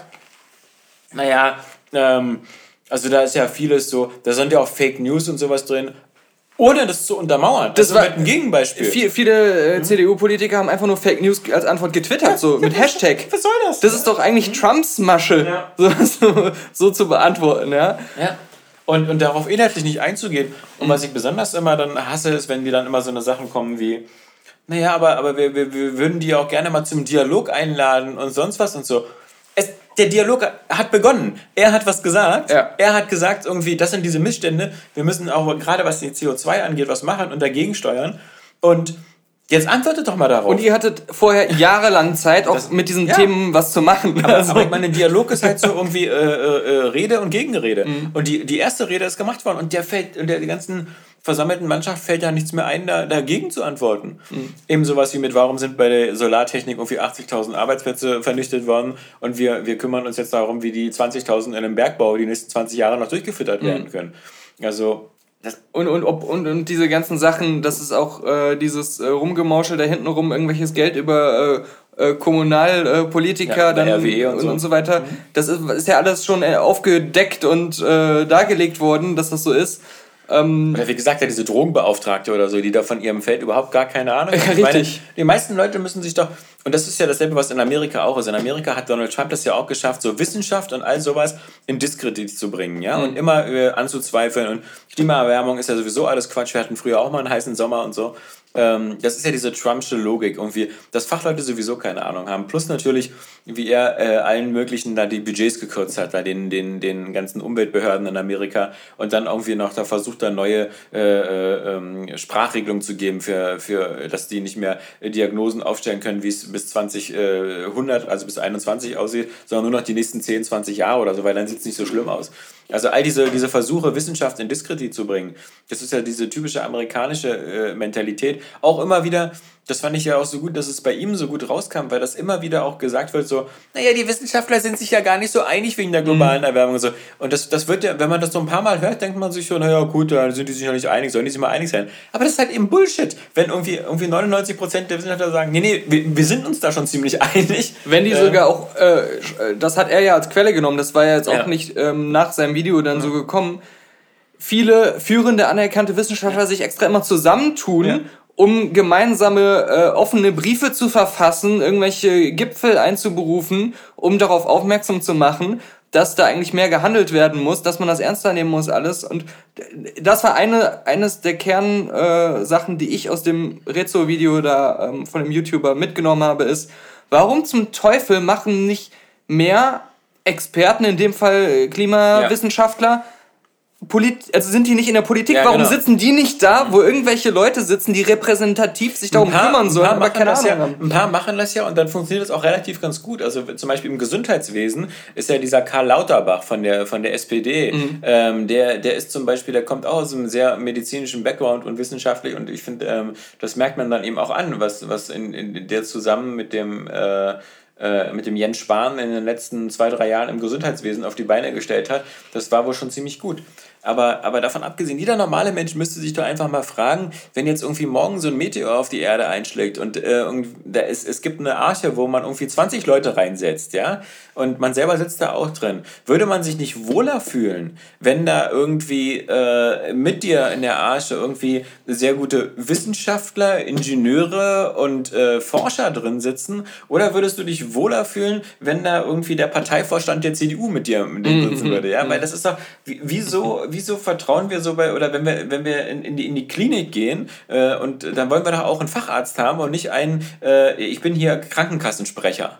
naja, also da ist ja vieles so, da sind ja auch Fake News und sowas drin, Ohne das zu untermauern. Das war ein Gegenbeispiel. Viele CDU-Politiker haben einfach nur Fake News als Antwort getwittert, mit Hashtag. Was soll das? Das ist doch eigentlich Trumps Masche, so zu beantworten, ja. Ja. Und darauf inhaltlich nicht einzugehen. Und was ich besonders immer dann hasse, ist, wenn die dann immer so eine Sachen kommen wie, naja, aber wir würden die auch gerne mal zum Dialog einladen und sonst was und so. Der Dialog hat begonnen. Er hat was gesagt. Ja. Er hat gesagt, irgendwie, das sind diese Missstände. Wir müssen auch gerade was die CO2 angeht, was machen und dagegen steuern. Und jetzt antwortet doch mal darauf. Und ihr hattet vorher jahrelang Zeit, auch mit diesen Themen was zu machen. Aber ich meine, ein Dialog ist halt so irgendwie Rede und Gegenrede. Und die erste Rede ist gemacht worden und der ganzen versammelten Mannschaft fällt ja nichts mehr ein, dagegen zu antworten. Eben sowas wie mit, warum sind bei der Solartechnik irgendwie 80.000 Arbeitsplätze vernichtet worden und wir kümmern uns jetzt darum, wie die 20.000 in einem Bergbau die nächsten 20 Jahre noch durchgefüttert werden können. Also Und diese ganzen Sachen, das ist auch dieses Rumgemauschel da hinten rum, irgendwelches Geld über Kommunalpolitiker dann RWE und so weiter. Das ist ja alles schon aufgedeckt und dargelegt worden, dass das so ist. Oder wie gesagt, diese Drogenbeauftragte oder so, die da von ihrem Feld überhaupt gar keine Ahnung haben. Ich meine, die meisten Leute müssen sich doch, und das ist ja dasselbe, was in Amerika auch ist. In Amerika hat Donald Trump das ja auch geschafft, so Wissenschaft und all sowas in Diskredit zu bringen, ja, und immer anzuzweifeln. Und Klimaerwärmung ist ja sowieso alles Quatsch. Wir hatten früher auch mal einen heißen Sommer und so. Das ist ja diese Trumpsche Logik irgendwie, dass Fachleute sowieso keine Ahnung haben. Plus natürlich, wie er allen möglichen da die Budgets gekürzt hat, bei den ganzen Umweltbehörden in Amerika und dann irgendwie noch da versucht, da neue Sprachregelungen zu geben, für dass die nicht mehr Diagnosen aufstellen können, wie es bis 2100, also bis 21 aussieht, sondern nur noch die nächsten 10, 20 Jahre oder so, weil dann sieht es nicht so schlimm aus. Also all diese Versuche, Wissenschaft in Diskredit zu bringen, das ist ja diese typische amerikanische Mentalität. Auch immer wieder, das fand ich ja auch so gut, dass es bei ihm so gut rauskam, weil das immer wieder auch gesagt wird, so, naja, die Wissenschaftler sind sich ja gar nicht so einig wegen der globalen Erwärmung und so. Und das wird ja, wenn man das so ein paar Mal hört, denkt man sich so, naja, gut, da sind die sich ja nicht einig, sollen die sich mal einig sein. Aber das ist halt eben Bullshit, wenn irgendwie 99% der Wissenschaftler sagen, nee, wir sind uns da schon ziemlich einig. Wenn die sogar auch, das hat er ja als Quelle genommen, das war ja jetzt auch nicht nach seinem Video dann so gekommen, viele führende, anerkannte Wissenschaftler sich extra immer zusammentun, um gemeinsame offene Briefe zu verfassen, irgendwelche Gipfel einzuberufen, um darauf aufmerksam zu machen, dass da eigentlich mehr gehandelt werden muss, dass man das ernster nehmen muss alles. Und das war eines der Kernsachen, die ich aus dem Rezo-Video da von dem YouTuber mitgenommen habe, ist, warum zum Teufel machen nicht mehr Experten, in dem Fall Klimawissenschaftler, also sind die nicht in der Politik? Warum sitzen die nicht da, wo irgendwelche Leute sitzen, die repräsentativ sich darum kümmern sollen, aber keine Ahnung haben? Ein paar machen das ja und dann funktioniert das auch relativ ganz gut. Also zum Beispiel im Gesundheitswesen ist ja dieser Karl Lauterbach von der SPD, der ist zum Beispiel, der kommt auch aus einem sehr medizinischen Background und wissenschaftlich und ich finde, das merkt man dann eben auch an, was in der zusammen mit dem Jens Spahn in den letzten 2-3 Jahren im Gesundheitswesen auf die Beine gestellt hat, das war wohl schon ziemlich gut. Aber davon abgesehen, jeder normale Mensch müsste sich doch einfach mal fragen, wenn jetzt irgendwie morgen so ein Meteor auf die Erde einschlägt und es gibt eine Arche, wo man irgendwie 20 Leute reinsetzt, ja, und man selber sitzt da auch drin, würde man sich nicht wohler fühlen, wenn da irgendwie mit dir in der Arche irgendwie sehr gute Wissenschaftler, Ingenieure und Forscher drin sitzen, oder würdest du dich wohler fühlen, wenn da irgendwie der Parteivorstand der CDU mit dir sitzen würde, ja, weil das ist doch, wieso vertrauen wir so oder wenn wir in die Klinik gehen und dann wollen wir doch auch einen Facharzt haben und nicht ich bin hier Krankenkassensprecher.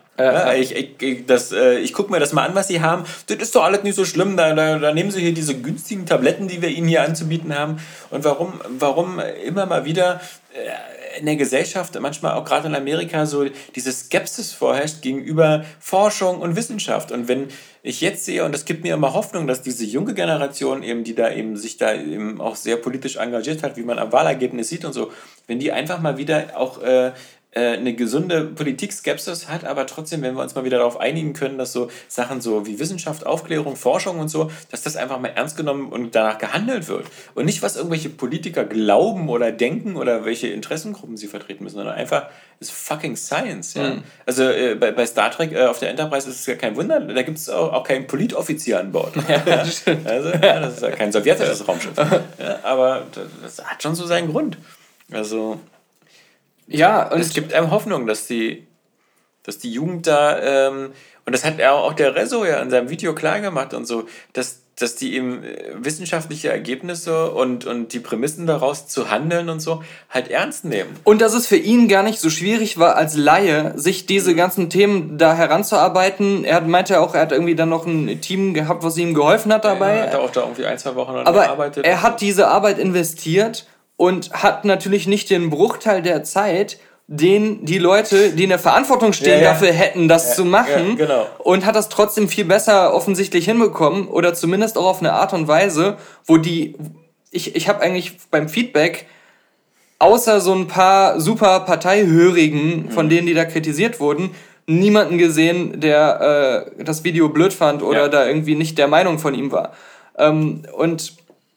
Ich gucke mir das mal an, was Sie haben. Das ist doch alles nicht so schlimm. Da nehmen Sie hier diese günstigen Tabletten, die wir Ihnen hier anzubieten haben. Und warum immer mal wieder in der Gesellschaft, manchmal auch gerade in Amerika, so diese Skepsis vorherrscht gegenüber Forschung und Wissenschaft. Und wenn ich jetzt sehe, und das gibt mir immer Hoffnung, dass diese junge Generation eben, die da eben sich da eben auch sehr politisch engagiert hat, wie man am Wahlergebnis sieht und so, wenn die einfach mal wieder auch eine gesunde Politikskepsis hat, aber trotzdem, wenn wir uns mal wieder darauf einigen können, dass so Sachen so wie Wissenschaft, Aufklärung, Forschung und so, dass das einfach mal ernst genommen und danach gehandelt wird. Und nicht, was irgendwelche Politiker glauben oder denken oder welche Interessengruppen sie vertreten müssen, sondern einfach, ist fucking Science. Ja? Also bei Star Trek auf der Enterprise ist es ja kein Wunder, da gibt es auch keinen Politoffizier an Bord. Ja, stimmt. Also, das ist ja kein sowjetisches Raumschiff. Ja, aber das hat schon so seinen Grund. Also... Ja, und es gibt einem Hoffnung, dass die Jugend da, und das hat auch der Rezo ja in seinem Video klar gemacht und so, dass die eben wissenschaftliche Ergebnisse und die Prämissen daraus zu handeln und so halt ernst nehmen. Und dass es für ihn gar nicht so schwierig war, als Laie, sich diese ganzen Themen da heranzuarbeiten. Er meinte auch, er hat irgendwie dann noch ein Team gehabt, was ihm geholfen hat dabei. Er hat auch da irgendwie 1-2 Wochen dann gearbeitet. Aber er hat diese Arbeit investiert und hat natürlich nicht den Bruchteil der Zeit, den die Leute, die in der Verantwortung stehen, dafür hätten, das zu machen. Genau. Und hat das trotzdem viel besser offensichtlich hinbekommen oder zumindest auch auf eine Art und Weise, wo ich habe eigentlich beim Feedback außer so ein paar super Parteihörigen, von denen, die da kritisiert wurden, niemanden gesehen, der das Video blöd fand oder da irgendwie nicht der Meinung von ihm war. Und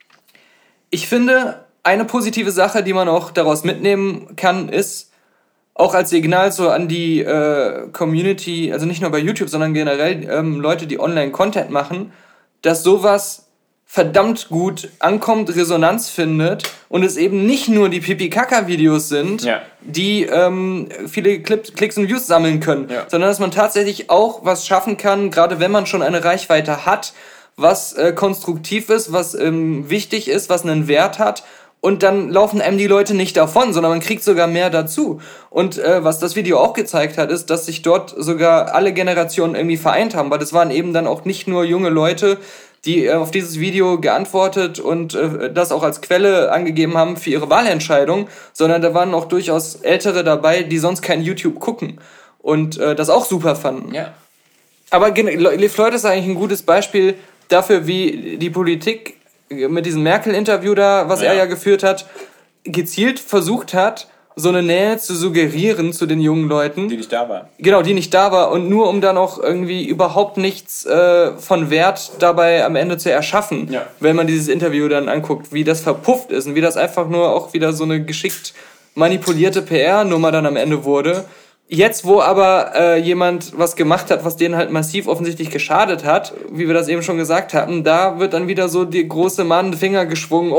ich finde, eine positive Sache, die man auch daraus mitnehmen kann, ist, auch als Signal so an die Community, also nicht nur bei YouTube, sondern generell Leute, die Online-Content machen, dass sowas verdammt gut ankommt, Resonanz findet und es eben nicht nur die Pipi-Kaka-Videos sind, die viele Klicks und Views sammeln können, sondern dass man tatsächlich auch was schaffen kann, gerade wenn man schon eine Reichweite hat, was konstruktiv ist, was wichtig ist, was einen Wert hat. Und dann laufen einem die Leute nicht davon, sondern man kriegt sogar mehr dazu. Und was das Video auch gezeigt hat, ist, dass sich dort sogar alle Generationen irgendwie vereint haben. Weil das waren eben dann auch nicht nur junge Leute, die auf dieses Video geantwortet und das auch als Quelle angegeben haben für ihre Wahlentscheidung, sondern da waren auch durchaus Ältere dabei, die sonst kein YouTube gucken und das auch super fanden. Ja. Aber Floyd ist eigentlich ein gutes Beispiel dafür, wie die Politik mit diesem Merkel-Interview da, was er ja geführt hat, gezielt versucht hat, so eine Nähe zu suggerieren zu den jungen Leuten. Die nicht da war. Genau, die nicht da war. Und nur um dann auch irgendwie überhaupt nichts von Wert dabei am Ende zu erschaffen. Ja. Wenn man dieses Interview dann anguckt, wie das verpufft ist und wie das einfach nur auch wieder so eine geschickt manipulierte PR-Nummer dann am Ende wurde. Jetzt, wo aber jemand was gemacht hat, was denen halt massiv offensichtlich geschadet hat, wie wir das eben schon gesagt hatten, da wird dann wieder so die große mahnende Finger geschwungen.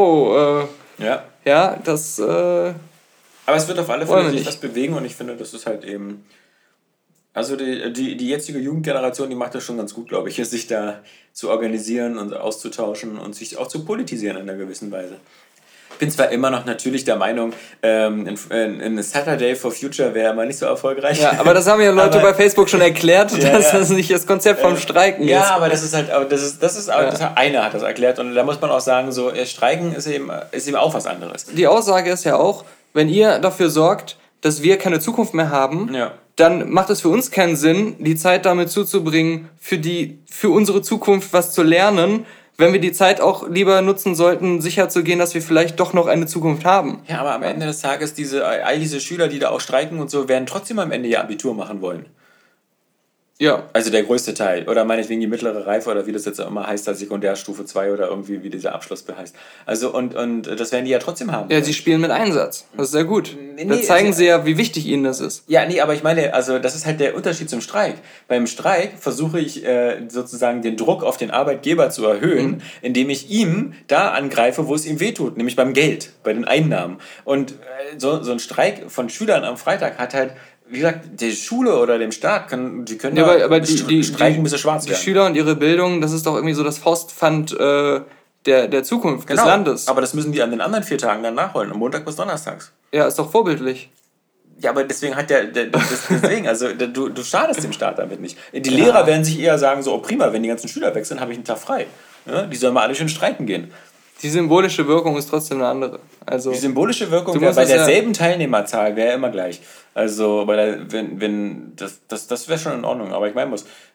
Ja, das... aber es wird auf alle Fälle sich was bewegen und ich finde, das ist halt eben... Also die jetzige Jugendgeneration, die macht das schon ganz gut, glaube ich, sich da zu organisieren und auszutauschen und sich auch zu politisieren in einer gewissen Weise. Ich bin zwar immer noch natürlich der Meinung, in Saturday for Future wäre immer nicht so erfolgreich. Ja, aber das haben ja Leute bei Facebook schon erklärt, dass das nicht das Konzept vom Streiken ist. Ja, aber das ist halt, einer hat das erklärt und da muss man auch sagen, so Streiken ist eben auch was anderes. Die Aussage ist ja auch, wenn ihr dafür sorgt, dass wir keine Zukunft mehr haben, dann macht es für uns keinen Sinn, die Zeit damit zuzubringen, für unsere Zukunft was zu lernen, wenn wir die Zeit auch lieber nutzen sollten, sicher zu gehen, dass wir vielleicht doch noch eine Zukunft haben. Ja, aber am Ende des Tages, all diese Schüler, die da auch streiken und so, werden trotzdem am Ende ihr Abitur machen wollen. Ja. Also der größte Teil. Oder meinetwegen die mittlere Reife oder wie das jetzt immer heißt, da Sekundärstufe 2 oder irgendwie wie dieser Abschluss heißt. Also und das werden die ja trotzdem haben. Ja, sie spielen mit Einsatz. Das ist sehr gut. Da zeigen sie ja, wie wichtig ihnen das ist. Ja, aber ich meine, also das ist halt der Unterschied zum Streik. Beim Streik versuche ich sozusagen den Druck auf den Arbeitgeber zu erhöhen, indem ich ihm da angreife, wo es ihm wehtut, nämlich beim Geld, bei den Einnahmen. Und so ein Streik von Schülern am Freitag hat halt, wie gesagt, der Schule oder dem Staat können aber die streiken, bis sie schwarz werden. Die Schüler und ihre Bildung, das ist doch irgendwie so das Faustpfand der Zukunft des Landes. Aber das müssen die an den anderen 4 Tagen dann nachholen, am Montag bis Donnerstags. Ja, ist doch vorbildlich. Ja, aber deswegen also du schadest dem Staat damit nicht. Die Lehrer werden sich eher sagen, so, oh prima, wenn die ganzen Schüler weg sind, habe ich einen Tag frei. Ja, die sollen mal alle schön streiken gehen. Die symbolische Wirkung ist trotzdem eine andere. Also, die symbolische Wirkung bei derselben Teilnehmerzahl wäre immer gleich. Also, das wäre schon in Ordnung. Aber ich meine,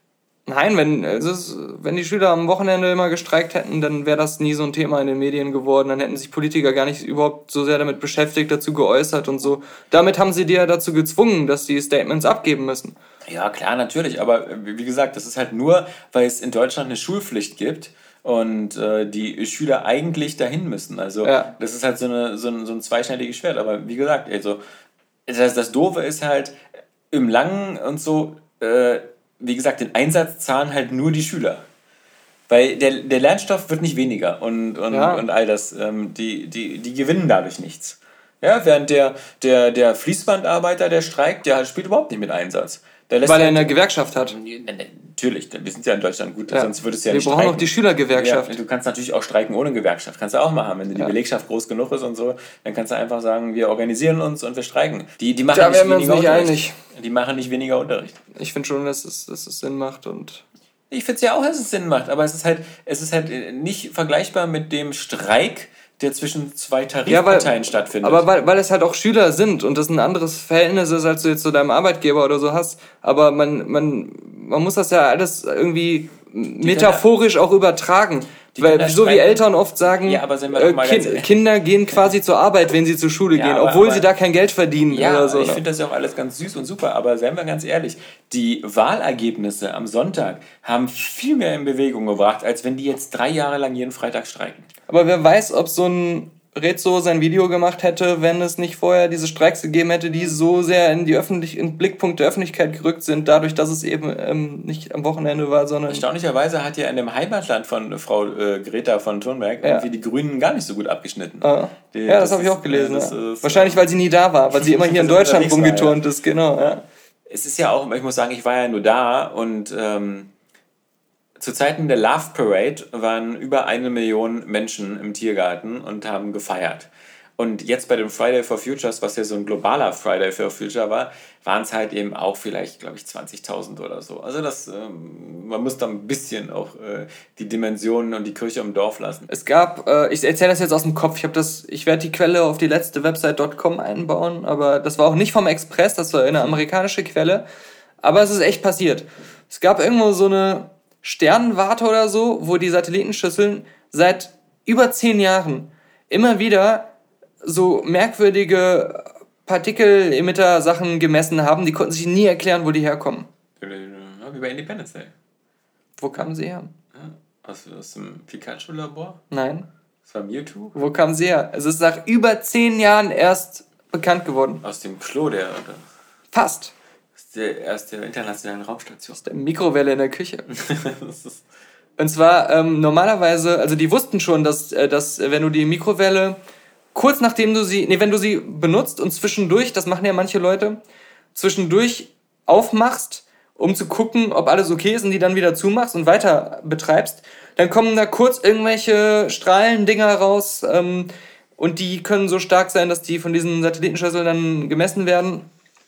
Nein, wenn die Schüler am Wochenende immer gestreikt hätten, dann wäre das nie so ein Thema in den Medien geworden. Dann hätten sich Politiker gar nicht überhaupt so sehr damit beschäftigt, dazu geäußert und so. Damit haben sie die ja dazu gezwungen, dass die Statements abgeben müssen. Ja, klar, natürlich. Aber wie gesagt, das ist halt nur, weil es in Deutschland eine Schulpflicht gibt und die Schüler eigentlich dahin müssen. Also das ist halt so ein zweischneidiges Schwert. Aber wie gesagt, also das Doofe ist halt im Langen und so, wie gesagt, den Einsatz zahlen halt nur die Schüler. Weil der Lernstoff wird nicht weniger und all das. Die gewinnen dadurch nichts. Ja, während der Fließbandarbeiter, der streikt, der spielt überhaupt nicht mit Einsatz. Weil er eine Gewerkschaft hat. Natürlich, wir sind ja in Deutschland gut, sonst würde es ja nicht streiken. Wir brauchen auch die Schülergewerkschaft. Ja, du kannst natürlich auch streiken ohne Gewerkschaft. Kannst du auch machen. Wenn die Belegschaft groß genug ist und so, dann kannst du einfach sagen, wir organisieren uns und wir streiken. Die machen da wären wir uns nicht einig. Die machen nicht weniger Unterricht. Ich finde schon, dass es Sinn macht. Ich finde es ja auch, dass es Sinn macht, aber es ist halt nicht vergleichbar mit dem Streik, der zwischen zwei Tarifparteien stattfindet. Aber weil es halt auch Schüler sind und das ein anderes Verhältnis ist, als du jetzt zu deinem Arbeitgeber oder so hast. Aber man muss das ja alles irgendwie metaphorisch auch übertragen. Weil so wie Eltern oft sagen, aber Kinder gehen quasi zur Arbeit, wenn sie zur Schule gehen, obwohl sie da kein Geld verdienen oder so. Ich finde das ja auch alles ganz süß und super, aber seien wir ganz ehrlich, die Wahlergebnisse am Sonntag haben viel mehr in Bewegung gebracht, als wenn die jetzt 3 Jahre lang jeden Freitag streiken. Aber wer weiß, ob so ein Rezo sein Video gemacht hätte, wenn es nicht vorher diese Streiks gegeben hätte, die so sehr in den Blickpunkt der Öffentlichkeit gerückt sind, dadurch, dass es eben nicht am Wochenende war, sondern... Erstaunlicherweise hat ja in dem Heimatland von Frau Greta von Thunberg irgendwie die Grünen gar nicht so gut abgeschnitten. Das habe ich auch gelesen. Wahrscheinlich, weil sie nie da war, weil sie immer hier in Deutschland rumgeturnt ist, genau. Ja. Es ist ja auch, ich muss sagen, ich war ja nur da und... zu Zeiten der Love Parade waren über 1 Million Menschen im Tiergarten und haben gefeiert. Und jetzt bei dem Friday for Futures, was ja so ein globaler Friday for Future war, waren es halt eben auch vielleicht, glaube ich, 20.000 oder so. Also man muss da ein bisschen auch die Dimensionen und die Kirche im Dorf lassen. Es gab, ich erzähle das jetzt aus dem Kopf, ich werde die Quelle auf die letzte Website.com einbauen, aber das war auch nicht vom Express, das war eine amerikanische Quelle. Aber es ist echt passiert. Es gab irgendwo so eine Sternwarte oder so, wo die Satellitenschüsseln seit über 10 Jahren immer wieder so merkwürdige Partikelemitter-Sachen gemessen haben. Die konnten sich nie erklären, wo die herkommen. Wie bei Independence Day. Wo kamen sie her? Aus dem Pikachu-Labor? Nein. Das war Mewtwo? Wo kamen sie her? Es ist nach über 10 Jahren erst bekannt geworden. Aus dem Klo oder? Fast. Aus der internationalen Raumstation. Aus der Mikrowelle in der Küche. Und zwar normalerweise, also die wussten schon, dass wenn du die Mikrowelle kurz nachdem wenn du sie benutzt und zwischendurch, das machen ja manche Leute, zwischendurch aufmachst, um zu gucken, ob alles okay ist und die dann wieder zumachst und weiter betreibst, dann kommen da kurz irgendwelche Strahlendinger raus und die können so stark sein, dass die von diesen Satellitenschüsseln dann gemessen werden.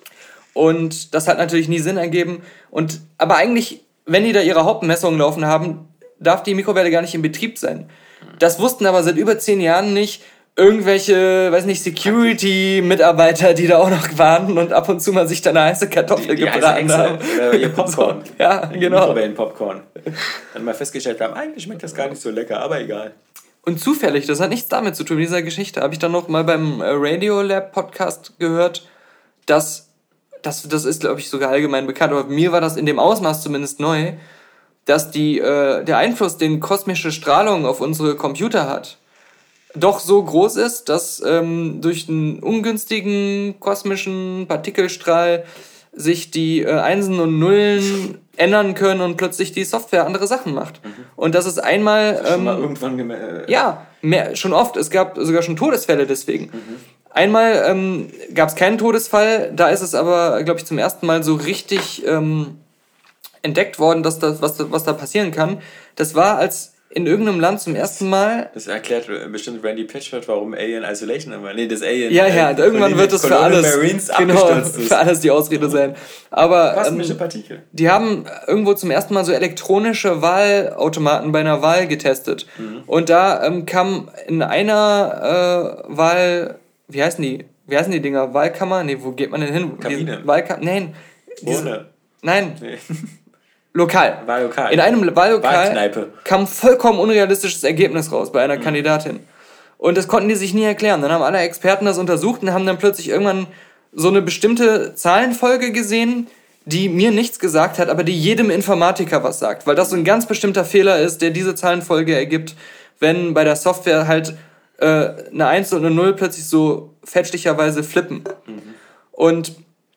Und das hat natürlich nie Sinn ergeben. Aber eigentlich, wenn die da ihre Hauptmessungen laufen haben, darf die Mikrowelle gar nicht in Betrieb sein. Das wussten aber seit über 10 Jahren nicht irgendwelche, Security-Mitarbeiter, die da auch noch waren und ab und zu mal sich da eine heiße Kartoffel gebraten haben. Ihr Popcorn. So, ja, genau. Mikrowellen-Popcorn. Dann mal festgestellt haben, eigentlich schmeckt das gar nicht so lecker, aber egal. Und zufällig, das hat nichts damit zu tun, mit dieser Geschichte, habe ich dann noch mal beim Radiolab-Podcast gehört, dass das ist, glaube ich, sogar allgemein bekannt, aber mir war das in dem Ausmaß zumindest neu, dass der Einfluss, den kosmische Strahlung auf unsere Computer hat, doch so groß ist, dass durch einen ungünstigen kosmischen Partikelstrahl sich die Einsen und Nullen ändern können und plötzlich die Software andere Sachen macht. Und das ist einmal... schon mal irgendwann schon oft. Es gab sogar schon Todesfälle deswegen. Einmal gab es keinen Todesfall, da ist es aber, glaube ich, zum ersten Mal so richtig entdeckt worden, dass was da passieren kann. Das war, als in irgendeinem Land zum ersten Mal... Das erklärt bestimmt Randy Pitchford, warum Alien Isolation immer... Nee, das Alien... Ja, irgendwann wird das für alles... für alles die Ausrede sein. Aber kosmische Partikel. Die haben irgendwo zum ersten Mal so elektronische Wahlautomaten bei einer Wahl getestet. Und da kam in einer Wahl... Wie heißen die Dinger? Wahlkammer? Nee, wo geht man denn hin? Kabine. Nein. Urne. Nein. Nee. Lokal. Wahllokal. In einem Wahllokal Wahlkneipe. kam ein vollkommen unrealistisches Ergebnis raus bei einer Kandidatin. Und das konnten die sich nie erklären. Dann haben alle Experten das untersucht und haben dann plötzlich irgendwann so eine bestimmte Zahlenfolge gesehen, die mir nichts gesagt hat, aber die jedem Informatiker was sagt. Weil das so ein ganz bestimmter Fehler ist, der diese Zahlenfolge ergibt, wenn bei der Software halt eine 1 und eine 0 plötzlich so fälschlicherweise flippen. Und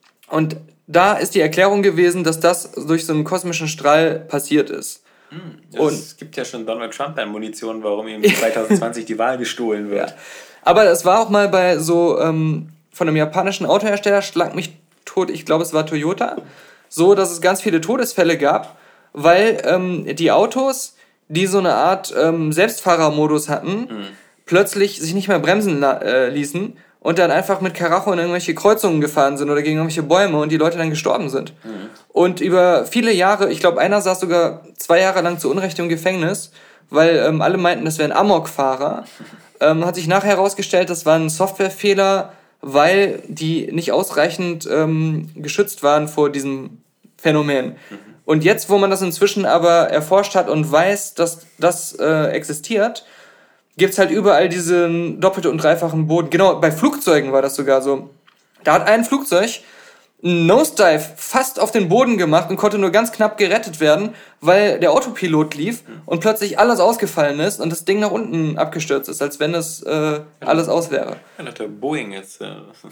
da ist die Erklärung gewesen, dass das durch so einen kosmischen Strahl passiert ist. Es gibt ja schon Donald Trump an Munition, warum ihm 2020 die Wahl gestohlen wird. Ja. Aber es war auch mal bei so von einem japanischen Autohersteller, schlag mich tot, ich glaube es war Toyota, so, dass es ganz viele Todesfälle gab, weil die Autos, die so eine Art Selbstfahrermodus hatten, plötzlich sich nicht mehr bremsen ließen und dann einfach mit Karacho in irgendwelche Kreuzungen gefahren sind oder gegen irgendwelche Bäume und die Leute dann gestorben sind. Und über viele Jahre, ich glaube einer saß sogar 2 Jahre lang zu Unrecht im Gefängnis, weil alle meinten, das wären Amokfahrer. Hat sich nachher herausgestellt, das war ein Softwarefehler, weil die nicht ausreichend geschützt waren vor diesem Phänomen. Und jetzt, wo man das inzwischen aber erforscht hat und weiß, dass das existiert, gibt's halt überall diesen doppelten und dreifachen Boden. Genau, bei Flugzeugen war das sogar so. Da hat ein Flugzeug einen Nosedive fast auf den Boden gemacht und konnte nur ganz knapp gerettet werden, weil der Autopilot lief und plötzlich alles ausgefallen ist und das Ding nach unten abgestürzt ist, als wenn das alles aus wäre. Ja, nach der Boeing jetzt.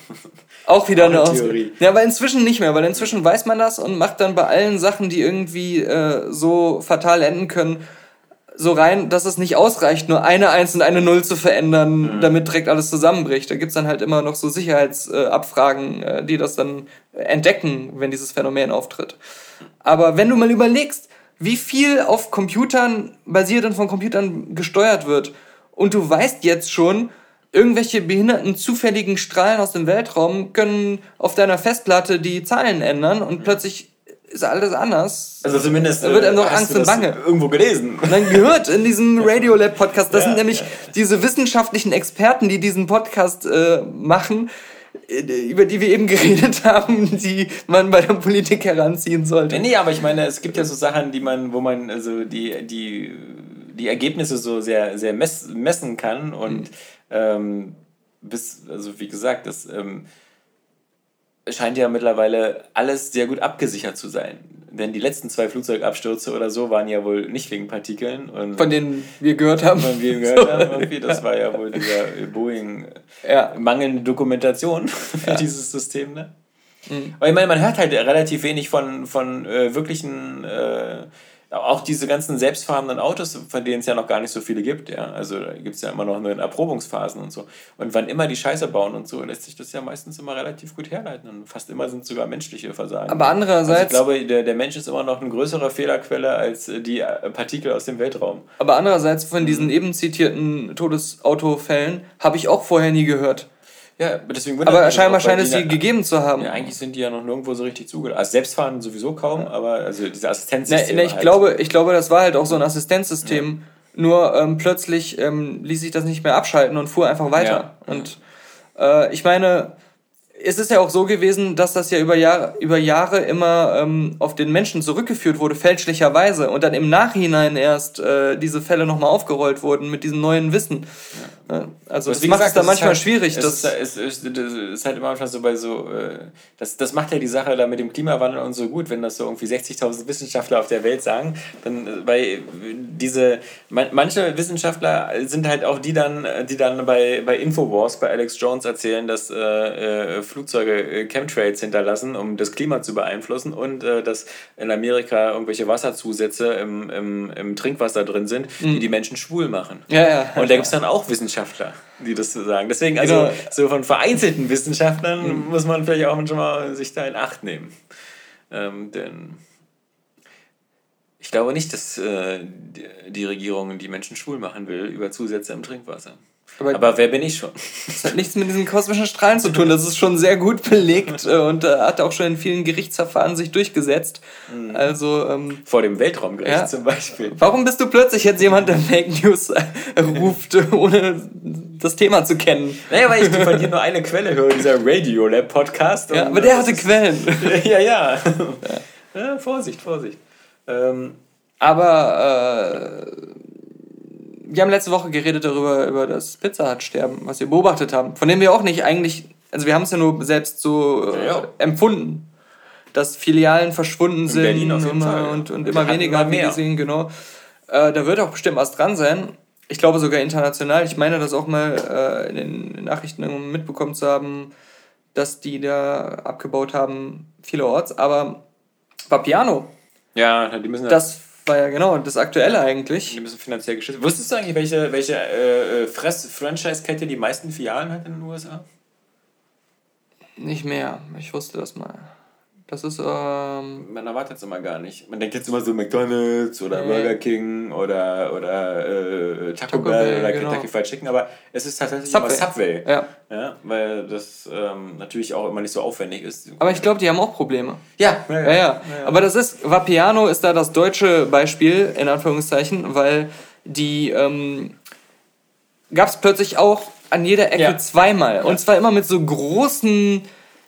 Auch wieder eine Theorie. Ja, aber inzwischen nicht mehr, weil inzwischen weiß man das und macht dann bei allen Sachen, die irgendwie so fatal enden können, so rein, dass es nicht ausreicht, nur eine 1 und eine 0 zu verändern, damit direkt alles zusammenbricht. Da gibt's dann halt immer noch so Sicherheitsabfragen, die das dann entdecken, wenn dieses Phänomen auftritt. Aber wenn du mal überlegst, wie viel auf Computern basiert und von Computern gesteuert wird und du weißt jetzt schon, irgendwelche behinderten, zufälligen Strahlen aus dem Weltraum können auf deiner Festplatte die Zahlen ändern und plötzlich ist alles anders. Also zumindest da wird einem noch hast Angst du und Bange. Irgendwo gelesen. Und dann gehört in diesem Radiolab-Podcast, das sind nämlich diese wissenschaftlichen Experten, die diesen Podcast machen, über die wir eben geredet haben, die man bei der Politik heranziehen sollte. Nee, aber ich meine, es gibt ja so Sachen, wo man also die Ergebnisse so sehr, sehr messen kann und also wie gesagt, das scheint ja mittlerweile alles sehr gut abgesichert zu sein. Denn die letzten 2 Flugzeugabstürze oder so waren ja wohl nicht wegen Partikeln. Und von denen wir gehört haben. Irgendwie. Das war ja wohl dieser Boeing mangelnde Dokumentation für dieses System. Ne? Aber ich meine, man hört halt relativ wenig von wirklichen... auch diese ganzen selbstfahrenden Autos, von denen es ja noch gar nicht so viele gibt, ja. Also da gibt es ja immer noch nur in Erprobungsphasen und so. Und wann immer die Scheiße bauen und so, lässt sich das ja meistens immer relativ gut herleiten. Und fast immer sind sogar menschliche Versagen. Aber andererseits... Also ich glaube, der Mensch ist immer noch eine größere Fehlerquelle als die Partikel aus dem Weltraum. Aber andererseits von diesen eben zitierten Todesautofällen habe ich auch vorher nie gehört. Ja, deswegen aber scheinbar scheint es die gegeben zu haben. Ja, eigentlich sind die ja noch nirgendwo so richtig zugelassen. Also selbstfahren sowieso kaum, aber also diese Assistenzsysteme. Ich glaube, das war halt auch so ein Assistenzsystem. Ja. Nur plötzlich ließ sich das nicht mehr abschalten und fuhr einfach weiter. Ja. Und ich meine, es ist ja auch so gewesen, dass das ja über Jahre immer auf den Menschen zurückgeführt wurde, fälschlicherweise. Und dann im Nachhinein erst diese Fälle nochmal aufgerollt wurden mit diesem neuen Wissen. Ja. Also das macht es dann manchmal halt schwierig. Es ist halt immer so bei so... Das macht ja die Sache da mit dem Klimawandel und so gut, wenn das so irgendwie 60.000 Wissenschaftler auf der Welt sagen. Dann weil manche Wissenschaftler sind halt auch die dann bei Infowars, bei Alex Jones erzählen, dass Flugzeuge Chemtrails hinterlassen, um das Klima zu beeinflussen und dass in Amerika irgendwelche Wasserzusätze im Trinkwasser drin sind, die Menschen schwul machen. Ja. Und da gibt es dann auch Wissenschaftler, die das so sagen. Deswegen, also so von vereinzelten Wissenschaftlern muss man vielleicht auch manchmal sich da in Acht nehmen. Denn ich glaube nicht, dass die Regierung die Menschen schwul machen will über Zusätze im Trinkwasser. Aber wer bin ich schon? Das hat nichts mit diesen kosmischen Strahlen zu tun. Das ist schon sehr gut belegt und hat auch schon in vielen Gerichtsverfahren sich durchgesetzt. Also vor dem Weltraumgericht zum Beispiel. Warum bist du plötzlich jetzt jemand, der Fake News ruft, ohne das Thema zu kennen? Naja, weil ich von dir nur eine Quelle höre, dieser Radiolab-Podcast. Ja, aber der hatte Quellen. Ja. Vorsicht. Aber wir haben letzte Woche geredet über das Pizza Hut-Sterben, was wir beobachtet haben. Von dem wir auch nicht eigentlich, also wir haben es ja nur selbst so empfunden, dass Filialen verschwunden sind Berlin auf jeden Fall, und immer weniger mehr gesehen, genau. Da wird auch bestimmt was dran sein. Ich glaube sogar international. Ich meine, das auch mal in den Nachrichten mitbekommen zu haben, dass die da abgebaut haben, vielerorts. Aber Vapiano, ja, die müssen das war ja genau das Aktuelle eigentlich. Die müssen finanziell geschützt. Wusstest du eigentlich, welche Franchise-Kette die meisten Filialen hat in den USA? Nicht mehr. Ich wusste das mal. Das ist, Man erwartet es immer gar nicht. Man denkt jetzt immer so McDonald's oder Burger King oder Taco Bell oder Kentucky Fried Chicken, aber es ist tatsächlich immer Subway. Ja, weil das natürlich auch immer nicht so aufwendig ist. Aber ich glaube, die haben auch Probleme. Ja. Aber Vapiano ist da das deutsche Beispiel, in Anführungszeichen, weil die gab es plötzlich auch an jeder Ecke zweimal. Ja. Und zwar immer mit so großen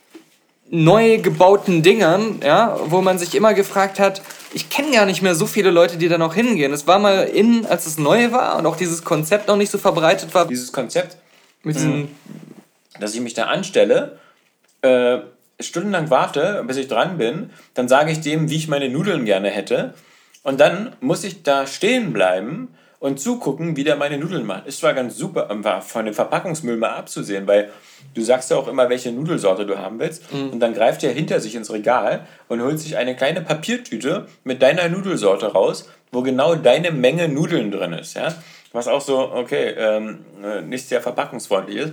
neu gebauten Dingern, ja, wo man sich immer gefragt hat, ich kenne gar nicht mehr so viele Leute, die da noch hingehen. Es war mal als es neu war und auch dieses Konzept noch nicht so verbreitet war. Dieses Konzept, mit diesem, dass ich mich da anstelle, stundenlang warte, bis ich dran bin, dann sage ich dem, wie ich meine Nudeln gerne hätte und dann muss ich da stehen bleiben und zugucken, wie der meine Nudeln macht. Ist zwar ganz super, war von dem Verpackungsmüll mal abzusehen, weil du sagst ja auch immer, welche Nudelsorte du haben willst. Und dann greift er hinter sich ins Regal und holt sich eine kleine Papiertüte mit deiner Nudelsorte raus, wo genau deine Menge Nudeln drin ist. Ja? Was auch so, nicht sehr verpackungsfreundlich ist.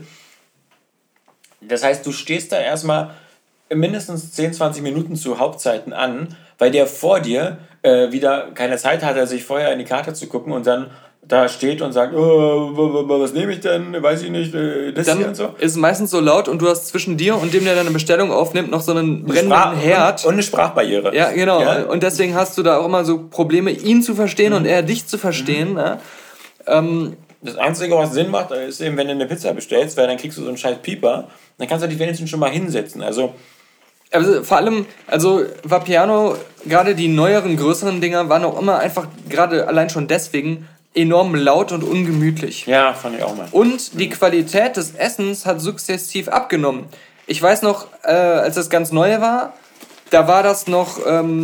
Das heißt, du stehst da erstmal mindestens 10, 20 Minuten zu Hauptzeiten an, weil der vor dir wieder keine Zeit hatte, sich vorher in die Karte zu gucken und dann da steht und sagt, was nehme ich denn, weiß ich nicht, das dann hier und so. Ist es meistens so laut und du hast zwischen dir und dem, der deine Bestellung aufnimmt, noch so einen brennenden Herd. Und eine Sprachbarriere. Ja, genau. Ja? Und deswegen hast du da auch immer so Probleme, ihn zu verstehen und er dich zu verstehen. Ja? Das Einzige, was Sinn macht, ist eben, wenn du eine Pizza bestellst, weil dann kriegst du so einen scheiß Pieper, dann kannst du dich wenigstens schon mal hinsetzen. Also vor allem, Vapiano, gerade die neueren, größeren Dinger, waren auch immer einfach, gerade allein schon deswegen, enorm laut und ungemütlich. Ja, fand ich auch mal. Und die Qualität des Essens hat sukzessiv abgenommen. Ich weiß noch, als das ganz neu war, da war das noch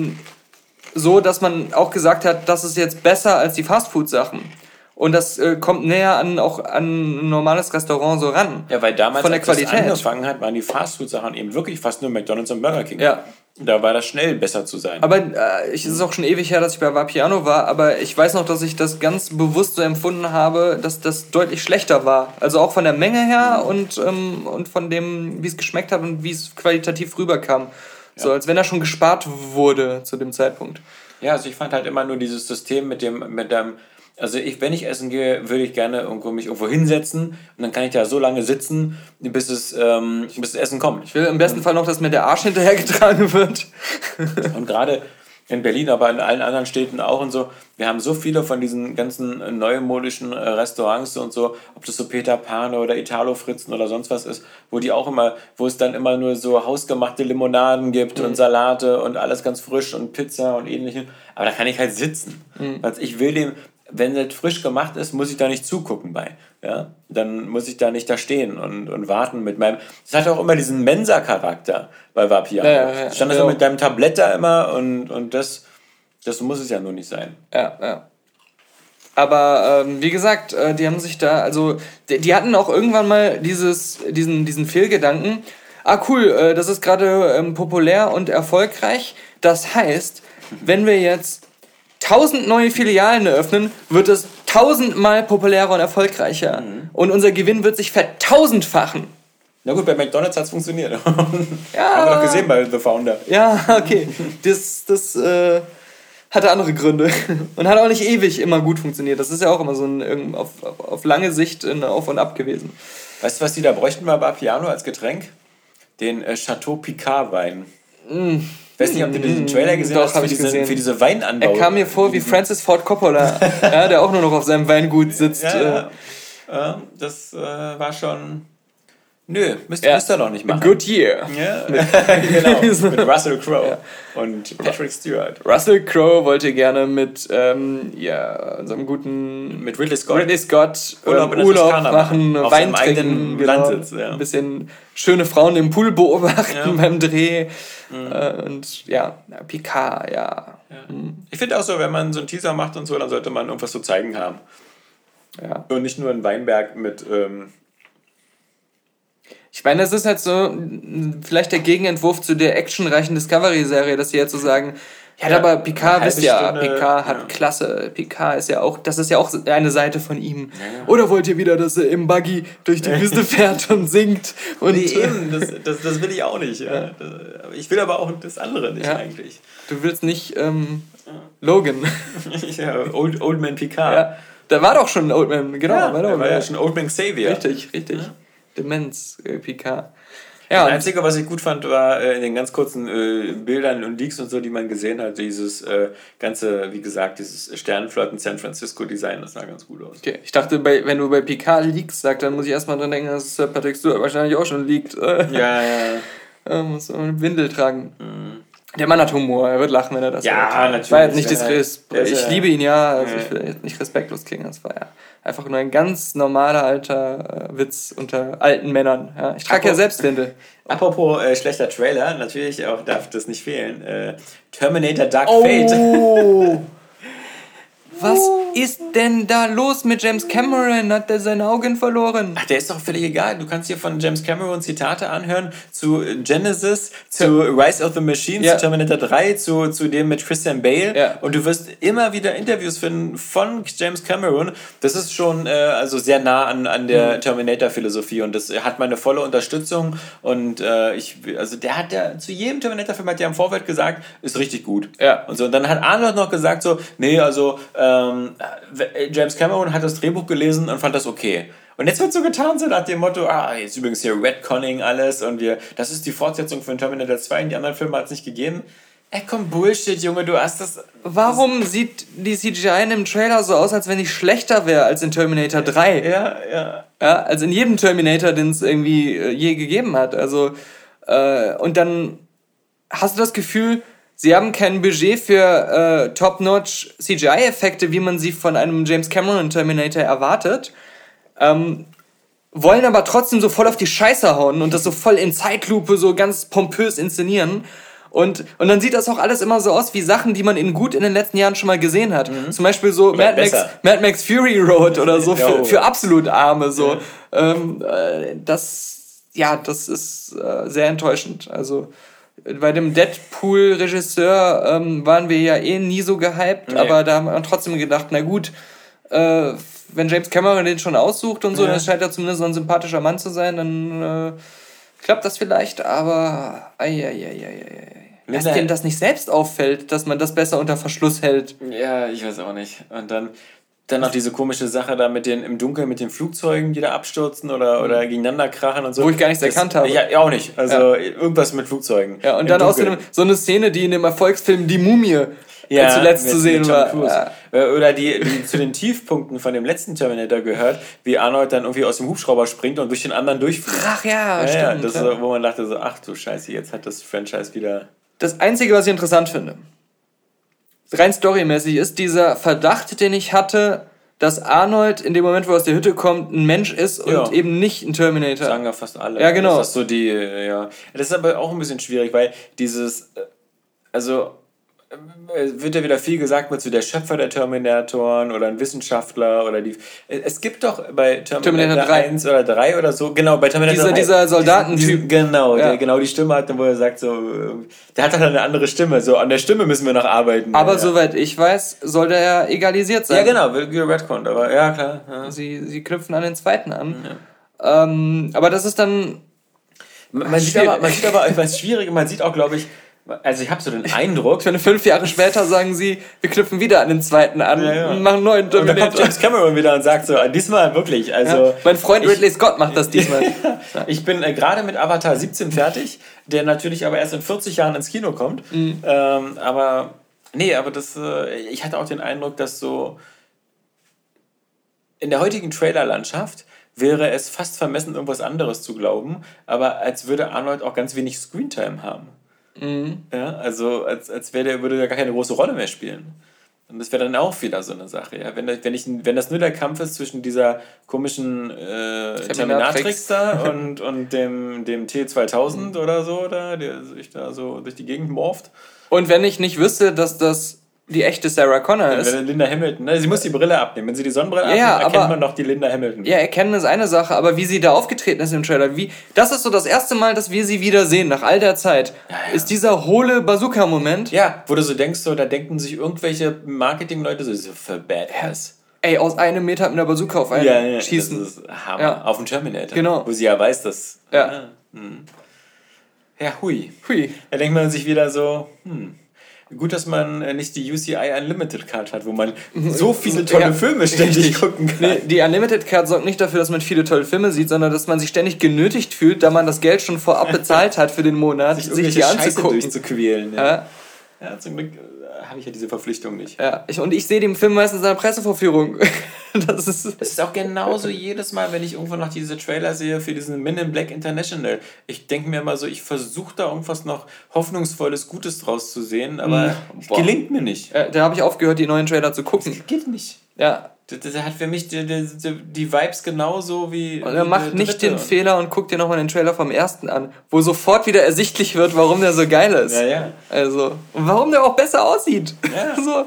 so, dass man auch gesagt hat, das ist jetzt besser als die Fastfood-Sachen. Und das kommt näher an ein normales Restaurant so ran. Ja, weil damals, von der Qualität, als das angefangen hat, waren die Fastfood-Sachen eben wirklich fast nur McDonald's und Burger King. Ja. Da war das schnell besser zu sein. Aber es ist auch schon ewig her, dass ich bei Vapiano war, aber ich weiß noch, dass ich das ganz bewusst so empfunden habe, dass das deutlich schlechter war. Also auch von der Menge her und von dem, wie es geschmeckt hat und wie es qualitativ rüberkam. Ja. So, als wenn da schon gespart wurde zu dem Zeitpunkt. Ja, also ich fand halt immer nur dieses System mit dem also wenn ich essen gehe, würde ich gerne mich irgendwo hinsetzen und dann kann ich da so lange sitzen, bis das Essen kommt. Ich will im besten Fall noch, dass mir der Arsch hinterhergetragen wird. Und gerade in Berlin, aber in allen anderen Städten auch und so, wir haben so viele von diesen ganzen neumodischen Restaurants und so, ob das so Peter Pan oder Italo Fritzen oder sonst was ist, wo es dann immer nur so hausgemachte Limonaden gibt und Salate und alles ganz frisch und Pizza und ähnliches. Aber da kann ich halt sitzen. Also ich will wenn das frisch gemacht ist, muss ich da nicht zugucken bei. Ja? Dann muss ich da nicht da stehen und warten mit meinem... Das hat auch immer diesen Mensa-Charakter bei Vapiano. Ja. Stand das so mit deinem Tablett da immer und das muss es ja nur nicht sein. Ja. Aber wie gesagt, die haben sich da... Also die hatten auch irgendwann mal diesen Fehlgedanken. Cool, das ist gerade populär und erfolgreich. Das heißt, wenn wir jetzt 1000 neue Filialen eröffnen, wird es 1000-mal populärer und erfolgreicher. Und unser Gewinn wird sich vertausendfachen. Na gut, bei McDonald's hat es funktioniert. Ja. Haben wir doch gesehen bei The Founder. Ja, okay. Das hatte andere Gründe. Und hat auch nicht ewig immer gut funktioniert. Das ist ja auch immer so ein auf lange Sicht ein Auf und Ab gewesen. Weißt du, was die da bräuchten bei Vapiano als Getränk? Den Chateau Picard Wein. Ich weiß nicht, ob du den Trailer gesehen hast für diese Weinanbau. Er kam mir vor wie Francis Ford Coppola, ja, der auch nur noch auf seinem Weingut sitzt. Ja, das war schon Nö, müsst ihr noch nicht machen. Good Year. Ja, genau. Mit Russell Crowe und Patrick Stewart. Russell Crowe wollte gerne mit unserem guten... Mit Ridley Scott Urlaub machen, auf Wein seinem trinken, eigenen Landsitz. Ja. Ein bisschen schöne Frauen im Pool beobachten beim Dreh. Und Picard, Ich finde auch so, wenn man so einen Teaser macht und so, dann sollte man irgendwas zu zeigen haben. Ja. Und nicht nur ein Weinberg mit... Ich meine, das ist halt so vielleicht der Gegenentwurf zu der actionreichen Discovery-Serie, dass sie jetzt so sagen, aber Picard, wisst ihr, Picard hat Klasse, Picard ist ja auch, das ist ja auch eine Seite von ihm. Ja. Oder wollt ihr wieder, dass er im Buggy durch die Wüste fährt und singt? Und eben, das will ich auch nicht. Ja. Ich will aber auch das andere nicht eigentlich. Du willst nicht Logan. Old Man Picard. Ja. Da war doch schon Old Man, genau. Ja, da war ja schon Old Man Xavier. Richtig. Ja. Demenz, Picard. Ja, das Einzige, was ich gut fand, war in den ganz kurzen Bildern und Leaks und so, die man gesehen hat, dieses ganze, wie gesagt, dieses Sternenflotten San Francisco Design, das sah ganz gut aus. Okay, ich dachte, wenn du bei Picard Leaks sagst, dann muss ich erstmal dran denken, dass Patrick Stewart wahrscheinlich auch schon leakt. Muss eine Windel tragen. Der Mann hat Humor, er wird lachen, wenn er das hört. Natürlich. War jetzt nicht ich liebe ihn ich will jetzt nicht respektlos klingen, das war einfach nur ein ganz normaler alter Witz unter alten Männern. Ja. Ich trage ja selbst Windel. Apropos schlechter Trailer, natürlich auch darf das nicht fehlen. Terminator Dark Fate. Was ist denn da los mit James Cameron? Hat der seine Augen verloren? Ach, der ist doch völlig egal. Du kannst hier von James Cameron Zitate anhören zu Genesis, zu Rise of the Machines, zu Terminator 3, zu dem mit Christian Bale. Ja. Und du wirst immer wieder Interviews finden von James Cameron. Das ist schon also sehr nah an der Terminator-Philosophie und das hat meine volle Unterstützung. Und der hat ja zu jedem Terminator-Film hat der im Vorfeld gesagt, ist richtig gut. Ja. Und so. Und dann hat Arnold noch gesagt so, nee, also James Cameron hat das Drehbuch gelesen und fand das okay. Und jetzt wird so getan, so nach dem Motto, jetzt übrigens hier Retconning alles und das ist die Fortsetzung von Terminator 2 und die anderen Filme hat es nicht gegeben. Komm, Bullshit, Junge, du hast das... Warum sieht die CGI in dem Trailer so aus, als wenn die schlechter wäre als in Terminator 3? Ja, als in jedem Terminator, den es irgendwie je gegeben hat. Also, und dann hast du das Gefühl... Sie haben kein Budget für Top-Notch CGI-Effekte, wie man sie von einem James Cameron Terminator erwartet, wollen aber trotzdem so voll auf die Scheiße hauen und das so voll in Zeitlupe so ganz pompös inszenieren. Und dann sieht das auch alles immer so aus wie Sachen, die man in den letzten Jahren schon mal gesehen hat. Zum Beispiel so Mad Max Fury Road oder so für absolut Arme. So. Das ist sehr enttäuschend. Also bei dem Deadpool-Regisseur waren wir ja nie so gehypt, aber da haben wir trotzdem gedacht, na gut, wenn James Cameron den schon aussucht und so, dann scheint er zumindest so ein sympathischer Mann zu sein, dann klappt das vielleicht, aber dass dem das nicht selbst auffällt, dass man das besser unter Verschluss hält. Ja, ich weiß auch nicht. Und dann noch diese komische Sache da im Dunkeln mit den Flugzeugen, die da abstürzen oder gegeneinander krachen und so. Wo ich gar nichts erkannt habe. Ja, auch nicht. Also irgendwas mit Flugzeugen. Ja, und dann auch so eine Szene, die in dem Erfolgsfilm Die Mumie zuletzt zu sehen war. Ja. Oder die zu den Tiefpunkten von dem letzten Terminator gehört, wie Arnold dann irgendwie aus dem Hubschrauber springt und durch den anderen durchfliegt. Ach ja, stimmt. Ja, das ist, wo man dachte so, ach du Scheiße, jetzt hat das Franchise wieder... Das Einzige, was ich interessant finde, rein storymäßig, ist dieser Verdacht, den ich hatte, dass Arnold in dem Moment, wo er aus der Hütte kommt, ein Mensch ist und eben nicht ein Terminator. Das sagen ja fast alle. Ja, genau. Das ist so das ist aber auch ein bisschen schwierig, weil wird ja wieder viel gesagt mit so der Schöpfer der Terminatoren oder ein Wissenschaftler oder es gibt doch bei Terminator 1 oder 3 oder so, genau, bei Terminator 3. Dieser Soldatentyp. Genau, der genau die Stimme hat, wo er sagt so, der hat doch eine andere Stimme, so an der Stimme müssen wir noch arbeiten. Aber soweit ich weiß, soll der ja egalisiert sein. Ja genau, wird geredconnt, aber ja klar. Ja. Sie knüpfen an den zweiten an. Ja. Aber das ist dann... Man sieht aber etwas schwierig, man sieht auch, glaube ich, also ich habe so den Eindruck... 5 Jahre später sagen sie, wir knüpfen wieder an den zweiten an und machen einen neuen Terminator. Und dann kommt James Cameron wieder und sagt so, diesmal wirklich, also... Ja, mein Freund Ridley Scott macht das diesmal. Ich bin gerade mit Avatar 17 fertig, der natürlich aber erst in 40 Jahren ins Kino kommt. Aber das... ich hatte auch den Eindruck, dass so... In der heutigen Trailerlandschaft wäre es fast vermessen, irgendwas anderes zu glauben, aber als würde Arnold auch ganz wenig Screentime haben. Ja, also als würde er gar keine große Rolle mehr spielen. Und das wäre dann auch wieder so eine Sache. Ja? Wenn das nur der Kampf ist zwischen dieser komischen Terminatrix da und dem T-2000 oder so, der sich da so durch die Gegend morpht. Und wenn ich nicht wüsste, dass das die echte Sarah Connor ist. Linda Hamilton, ne? Sie muss die Brille abnehmen. Wenn sie die Sonnenbrille abnimmt, erkennt man noch die Linda Hamilton. Ja, erkennen ist eine Sache, aber wie sie da aufgetreten ist im Trailer, das ist so das erste Mal, dass wir sie wieder sehen, nach all der Zeit, ist dieser hohle Bazooka-Moment. Ja, wo du so denkst, da denken sich irgendwelche Marketing-Leute so für Badass. Ey, aus 1 Meter mit einer Bazooka auf einen schießen. Das ist Hammer. Auf den Terminator. Genau. Wo sie ja weiß, dass... Ja. Hui. Da denkt man sich wieder so, gut, dass man nicht die UCI Unlimited Card hat, wo man so viele tolle Filme ständig gucken kann. Nee, die Unlimited Card sorgt nicht dafür, dass man viele tolle Filme sieht, sondern dass man sich ständig genötigt fühlt, da man das Geld schon vorab bezahlt hat für den Monat, sich die anzugucken. Durchzuquälen. Ja, zum Glück habe ich ja diese Verpflichtung nicht. Ja, ich sehe den Film meistens in einer Pressevorführung. Das ist auch genauso jedes Mal, wenn ich irgendwo noch diese Trailer sehe für diesen Men in Black International. Ich denke mir immer so, ich versuche da irgendwas noch Hoffnungsvolles, Gutes draus zu sehen, aber gelingt mir nicht. Da habe ich aufgehört, die neuen Trailer zu gucken. Das geht nicht. Ja. Das hat für mich die Vibes genauso wie... Und er macht nicht den Fehler und guckt dir nochmal den Trailer vom ersten an, wo sofort wieder ersichtlich wird, warum der so geil ist. Ja. Also, und warum der auch besser aussieht. Ja. So.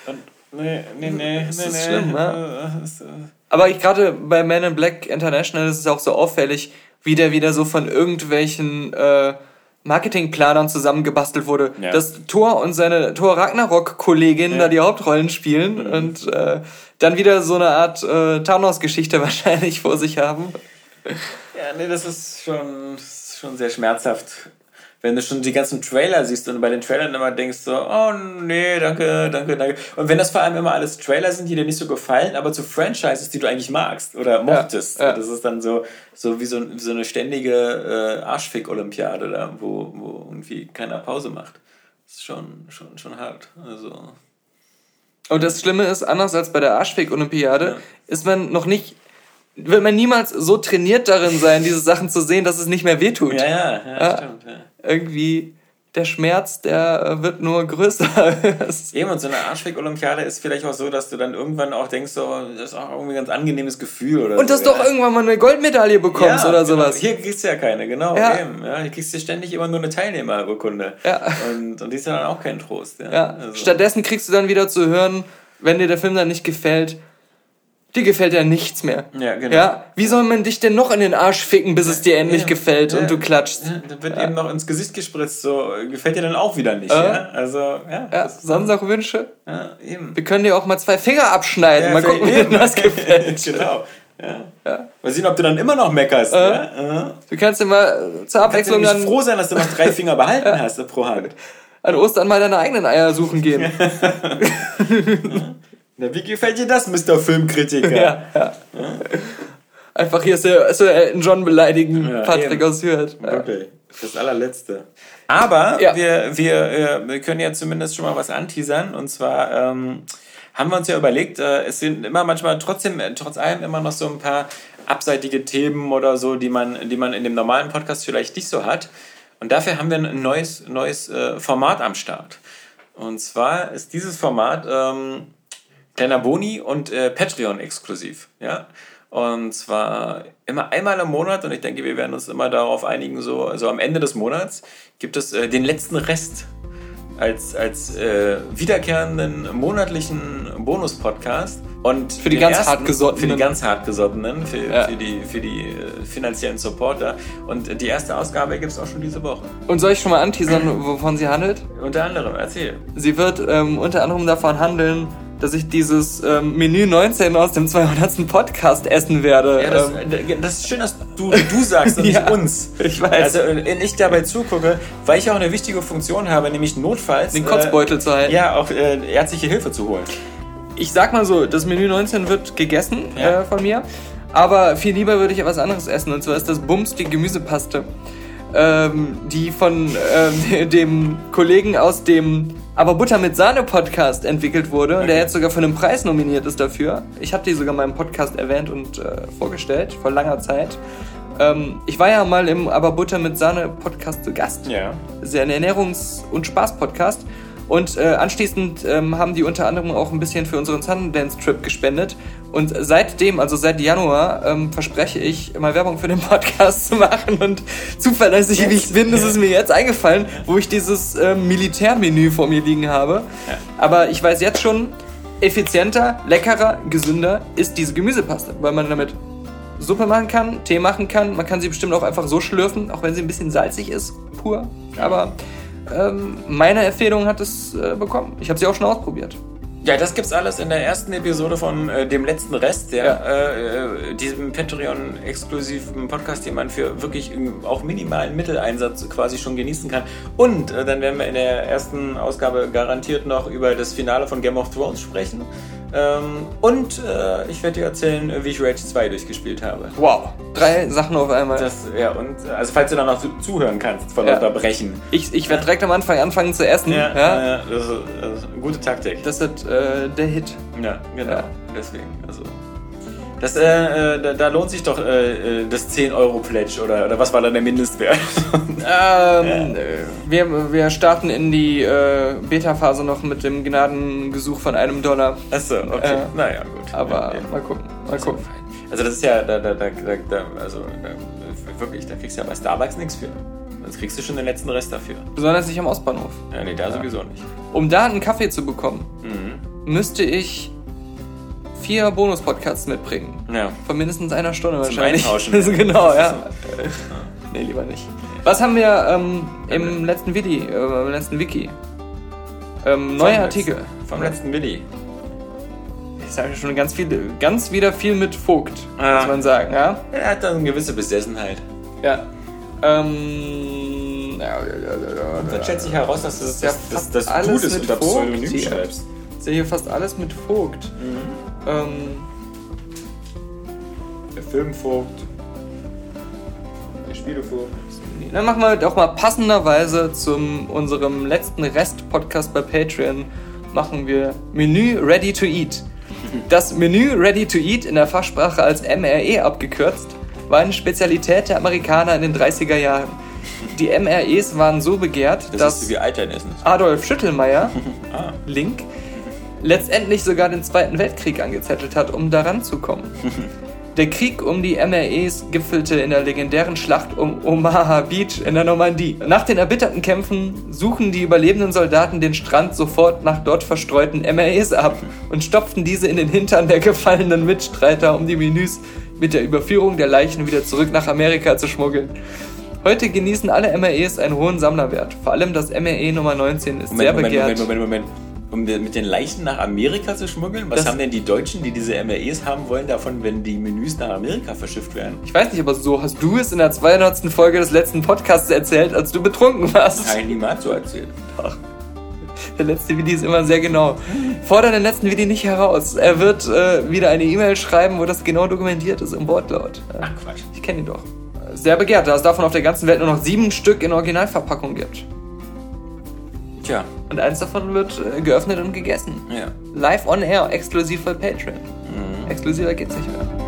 Nee. Das ist schlimm, ne? Aber gerade bei Men in Black International ist es auch so auffällig, wie der wieder so von irgendwelchen Marketingplanern zusammengebastelt wurde. Ja. Dass Thor und seine Thor Ragnarok-Kollegin da die Hauptrollen spielen und dann wieder so eine Art Thanos-Geschichte wahrscheinlich vor sich haben. Ja, nee, das ist schon sehr schmerzhaft. Wenn du schon die ganzen Trailer siehst und bei den Trailern immer denkst so, oh nee, danke. Und wenn das vor allem immer alles Trailer sind, die dir nicht so gefallen, aber zu Franchises, die du eigentlich magst oder mochtest. Ja. Das ist dann so wie so eine ständige Arschfick-Olympiade da, wo irgendwie keiner Pause macht. Das ist schon hart. Also... Und das Schlimme ist, anders als bei der Arschfick-Olympiade, wird man niemals so trainiert darin sein, diese Sachen zu sehen, dass es nicht mehr wehtut. Ja, stimmt. Ja. Irgendwie der Schmerz, der wird nur größer. Eben, und so eine Arschfick-Olympiade ist vielleicht auch so, dass du dann irgendwann auch denkst, so, das ist auch irgendwie ein ganz angenehmes Gefühl. Oder und dass du auch irgendwann mal eine Goldmedaille bekommst oder sowas. Hier kriegst du ja keine, genau. Ja. Eben. Ja, hier kriegst du ständig immer nur eine Teilnehmerurkunde. Ja. Und die ist ja dann auch kein Trost. Ja. Also. Stattdessen kriegst du dann wieder zu hören, wenn dir der Film dann nicht gefällt, dir gefällt ja nichts mehr. Ja, genau. Ja? Wie soll man dich denn noch in den Arsch ficken, bis es dir endlich gefällt und du klatschst? Ja, dann wird eben noch ins Gesicht gespritzt, so gefällt dir dann auch wieder nicht. Ja? Also, sonst auch Wünsche. Ja, eben. Wir können dir auch mal 2 Finger abschneiden, mal gucken, wie dir das gefällt. Genau. Ja. Mal sehen, ob du dann immer noch meckerst. Du kannst dir mal zur Abwechslung dann... froh sein, dass du noch 3 Finger behalten hast pro Hand. An Ostern mal deine eigenen Eier suchen gehen. Na, wie gefällt dir das, Mr. Filmkritiker? Ja. Einfach hier Sir Elton John beleidigen, Patrick aus Hürth. Wirklich, das allerletzte. Aber wir können ja zumindest schon mal was anteasern. Und zwar haben wir uns ja überlegt, es sind immer manchmal trotz allem immer noch so ein paar abseitige Themen oder so, die man in dem normalen Podcast vielleicht nicht so hat. Und dafür haben wir ein neues Format am Start. Und zwar ist dieses Format... kleiner Boni und Patreon exklusiv, ja. Und zwar immer einmal im Monat, und ich denke, wir werden uns immer darauf einigen, so am Ende des Monats gibt es den letzten Rest als wiederkehrenden monatlichen Bonus-Podcast. Und für die ganz hartgesottenen. Für die ganz hartgesottenen, für die finanziellen Supporter. Und die erste Ausgabe gibt es auch schon diese Woche. Und soll ich schon mal anteasern, wovon sie handelt? Unter anderem, erzähl. Sie wird unter anderem davon handeln, dass ich dieses Menü 19 aus dem 200. Podcast essen werde. Ja, das ist schön, dass du sagst und nicht uns. Ich weiß. Also ich dabei zugucke, weil ich auch eine wichtige Funktion habe, nämlich notfalls... den Kotzbeutel zu halten. Ja, auch ärztliche Hilfe zu holen. Ich sag mal so, das Menü 19 wird gegessen von mir, aber viel lieber würde ich etwas anderes essen, und zwar ist das Bums die Gemüsepaste. die von dem Kollegen aus dem Aber Butter mit Sahne Podcast entwickelt wurde und der jetzt sogar für einen Preis nominiert ist dafür. Ich habe die sogar in meinem Podcast erwähnt und vorgestellt, vor langer Zeit. Ich war ja mal im Aber Butter mit Sahne Podcast zu Gast. Ja. Das ist ja ein Ernährungs- und Spaß-Podcast. Und anschließend haben die unter anderem auch ein bisschen für unseren Sundance-Trip gespendet. Und seitdem, also seit Januar, verspreche ich, mal Werbung für den Podcast zu machen. Und zuverlässig, wie ich bin, ist es mir jetzt eingefallen, wo ich dieses Militärmenü vor mir liegen habe. Ja. Aber ich weiß jetzt schon, effizienter, leckerer, gesünder ist diese Gemüsepaste, weil man damit Suppe machen kann, Tee machen kann. Man kann sie bestimmt auch einfach so schlürfen, auch wenn sie ein bisschen salzig ist, pur. Aber meine Empfehlung hat es bekommen. Ich habe sie auch schon ausprobiert. Ja, das gibt's alles in der ersten Episode von dem letzten Rest, diesem Patreon-exklusiven Podcast, den man für wirklich auch minimalen Mitteleinsatz quasi schon genießen kann. Und dann werden wir in der ersten Ausgabe garantiert noch über das Finale von Game of Thrones sprechen. Und ich werde dir erzählen, wie ich Rage 2 durchgespielt habe. Wow, 3 Sachen auf einmal. Also falls du dann noch zuhören kannst, von Unterbrechen. Ich werde direkt am Anfang anfangen zu essen. Ja, das ist eine gute Taktik. Das wird der Hit. Ja, genau. Ja. Deswegen, also. Da lohnt sich doch das 10-Euro-Pledge oder was war da der Mindestwert? Wir starten in die Beta-Phase noch mit dem Gnadengesuch von $1. Achso, okay. Naja, gut. Aber mal gucken. Also das ist ja, wirklich, da kriegst du ja bei Starbucks nichts für. Sonst kriegst du schon den letzten Rest dafür. Besonders nicht am Ostbahnhof. Ja, nee, da sowieso nicht. Um da einen Kaffee zu bekommen, müsste ich 4 Bonus-Podcasts mitbringen. Ja. Von mindestens einer Stunde zum wahrscheinlich. Eintauschen. Genau, ja. Nee, lieber nicht. Was haben wir im letzten Wiki? Neue Artikel. Vom letzten Wiki. Ich sage schon ganz wieder viel mit Vogt, muss man sagen, ja? Er hat dann eine gewisse Besessenheit. Ja. Und dann stellt sich heraus, dass das gut ist unter Pseudonym schreibst. Ich sehe hier fast alles mit Vogt. Der Filmvogt. Der Spielevogt. Dann machen wir doch mal passenderweise zu unserem letzten Rest-Podcast bei Patreon machen wir Menü Ready to Eat. Das Menü Ready to Eat, in der Fachsprache als MRE abgekürzt, war eine Spezialität der Amerikaner in den 30er Jahren. Die MREs waren so begehrt, dass wie alt dein Essen ist. Adolf Schüttelmeier, Link, letztendlich sogar den Zweiten Weltkrieg angezettelt hat, um daran zu kommen. Der Krieg um die MREs gipfelte in der legendären Schlacht um Omaha Beach in der Normandie. Nach den erbitterten Kämpfen suchen die überlebenden Soldaten den Strand sofort nach dort verstreuten MREs ab und stopften diese in den Hintern der gefallenen Mitstreiter, um die Menüs mit der Überführung der Leichen wieder zurück nach Amerika zu schmuggeln. Heute genießen alle MREs einen hohen Sammlerwert. Vor allem das MRE Nummer 19 ist sehr begehrt. Moment. Um mit den Leichen nach Amerika zu schmuggeln? Was haben denn die Deutschen, die diese MREs haben wollen, davon, wenn die Menüs nach Amerika verschifft werden? Ich weiß nicht, aber so hast du es in der 200. Folge des letzten Podcasts erzählt, als du betrunken warst. Nein, niemand so erzählt. Doch. Der letzte Video ist immer sehr genau. Fordere den letzten Video nicht heraus. Er wird wieder eine E-Mail schreiben, wo das genau dokumentiert ist im Wortlaut. Ach Quatsch. Ich kenne ihn doch. Sehr begehrt, da es davon auf der ganzen Welt nur noch 7 Stück in Originalverpackung gibt. Tja. Und eins davon wird geöffnet und gegessen. Ja. Live on air, exklusiv bei Patreon. Exklusiver geht's nicht mehr.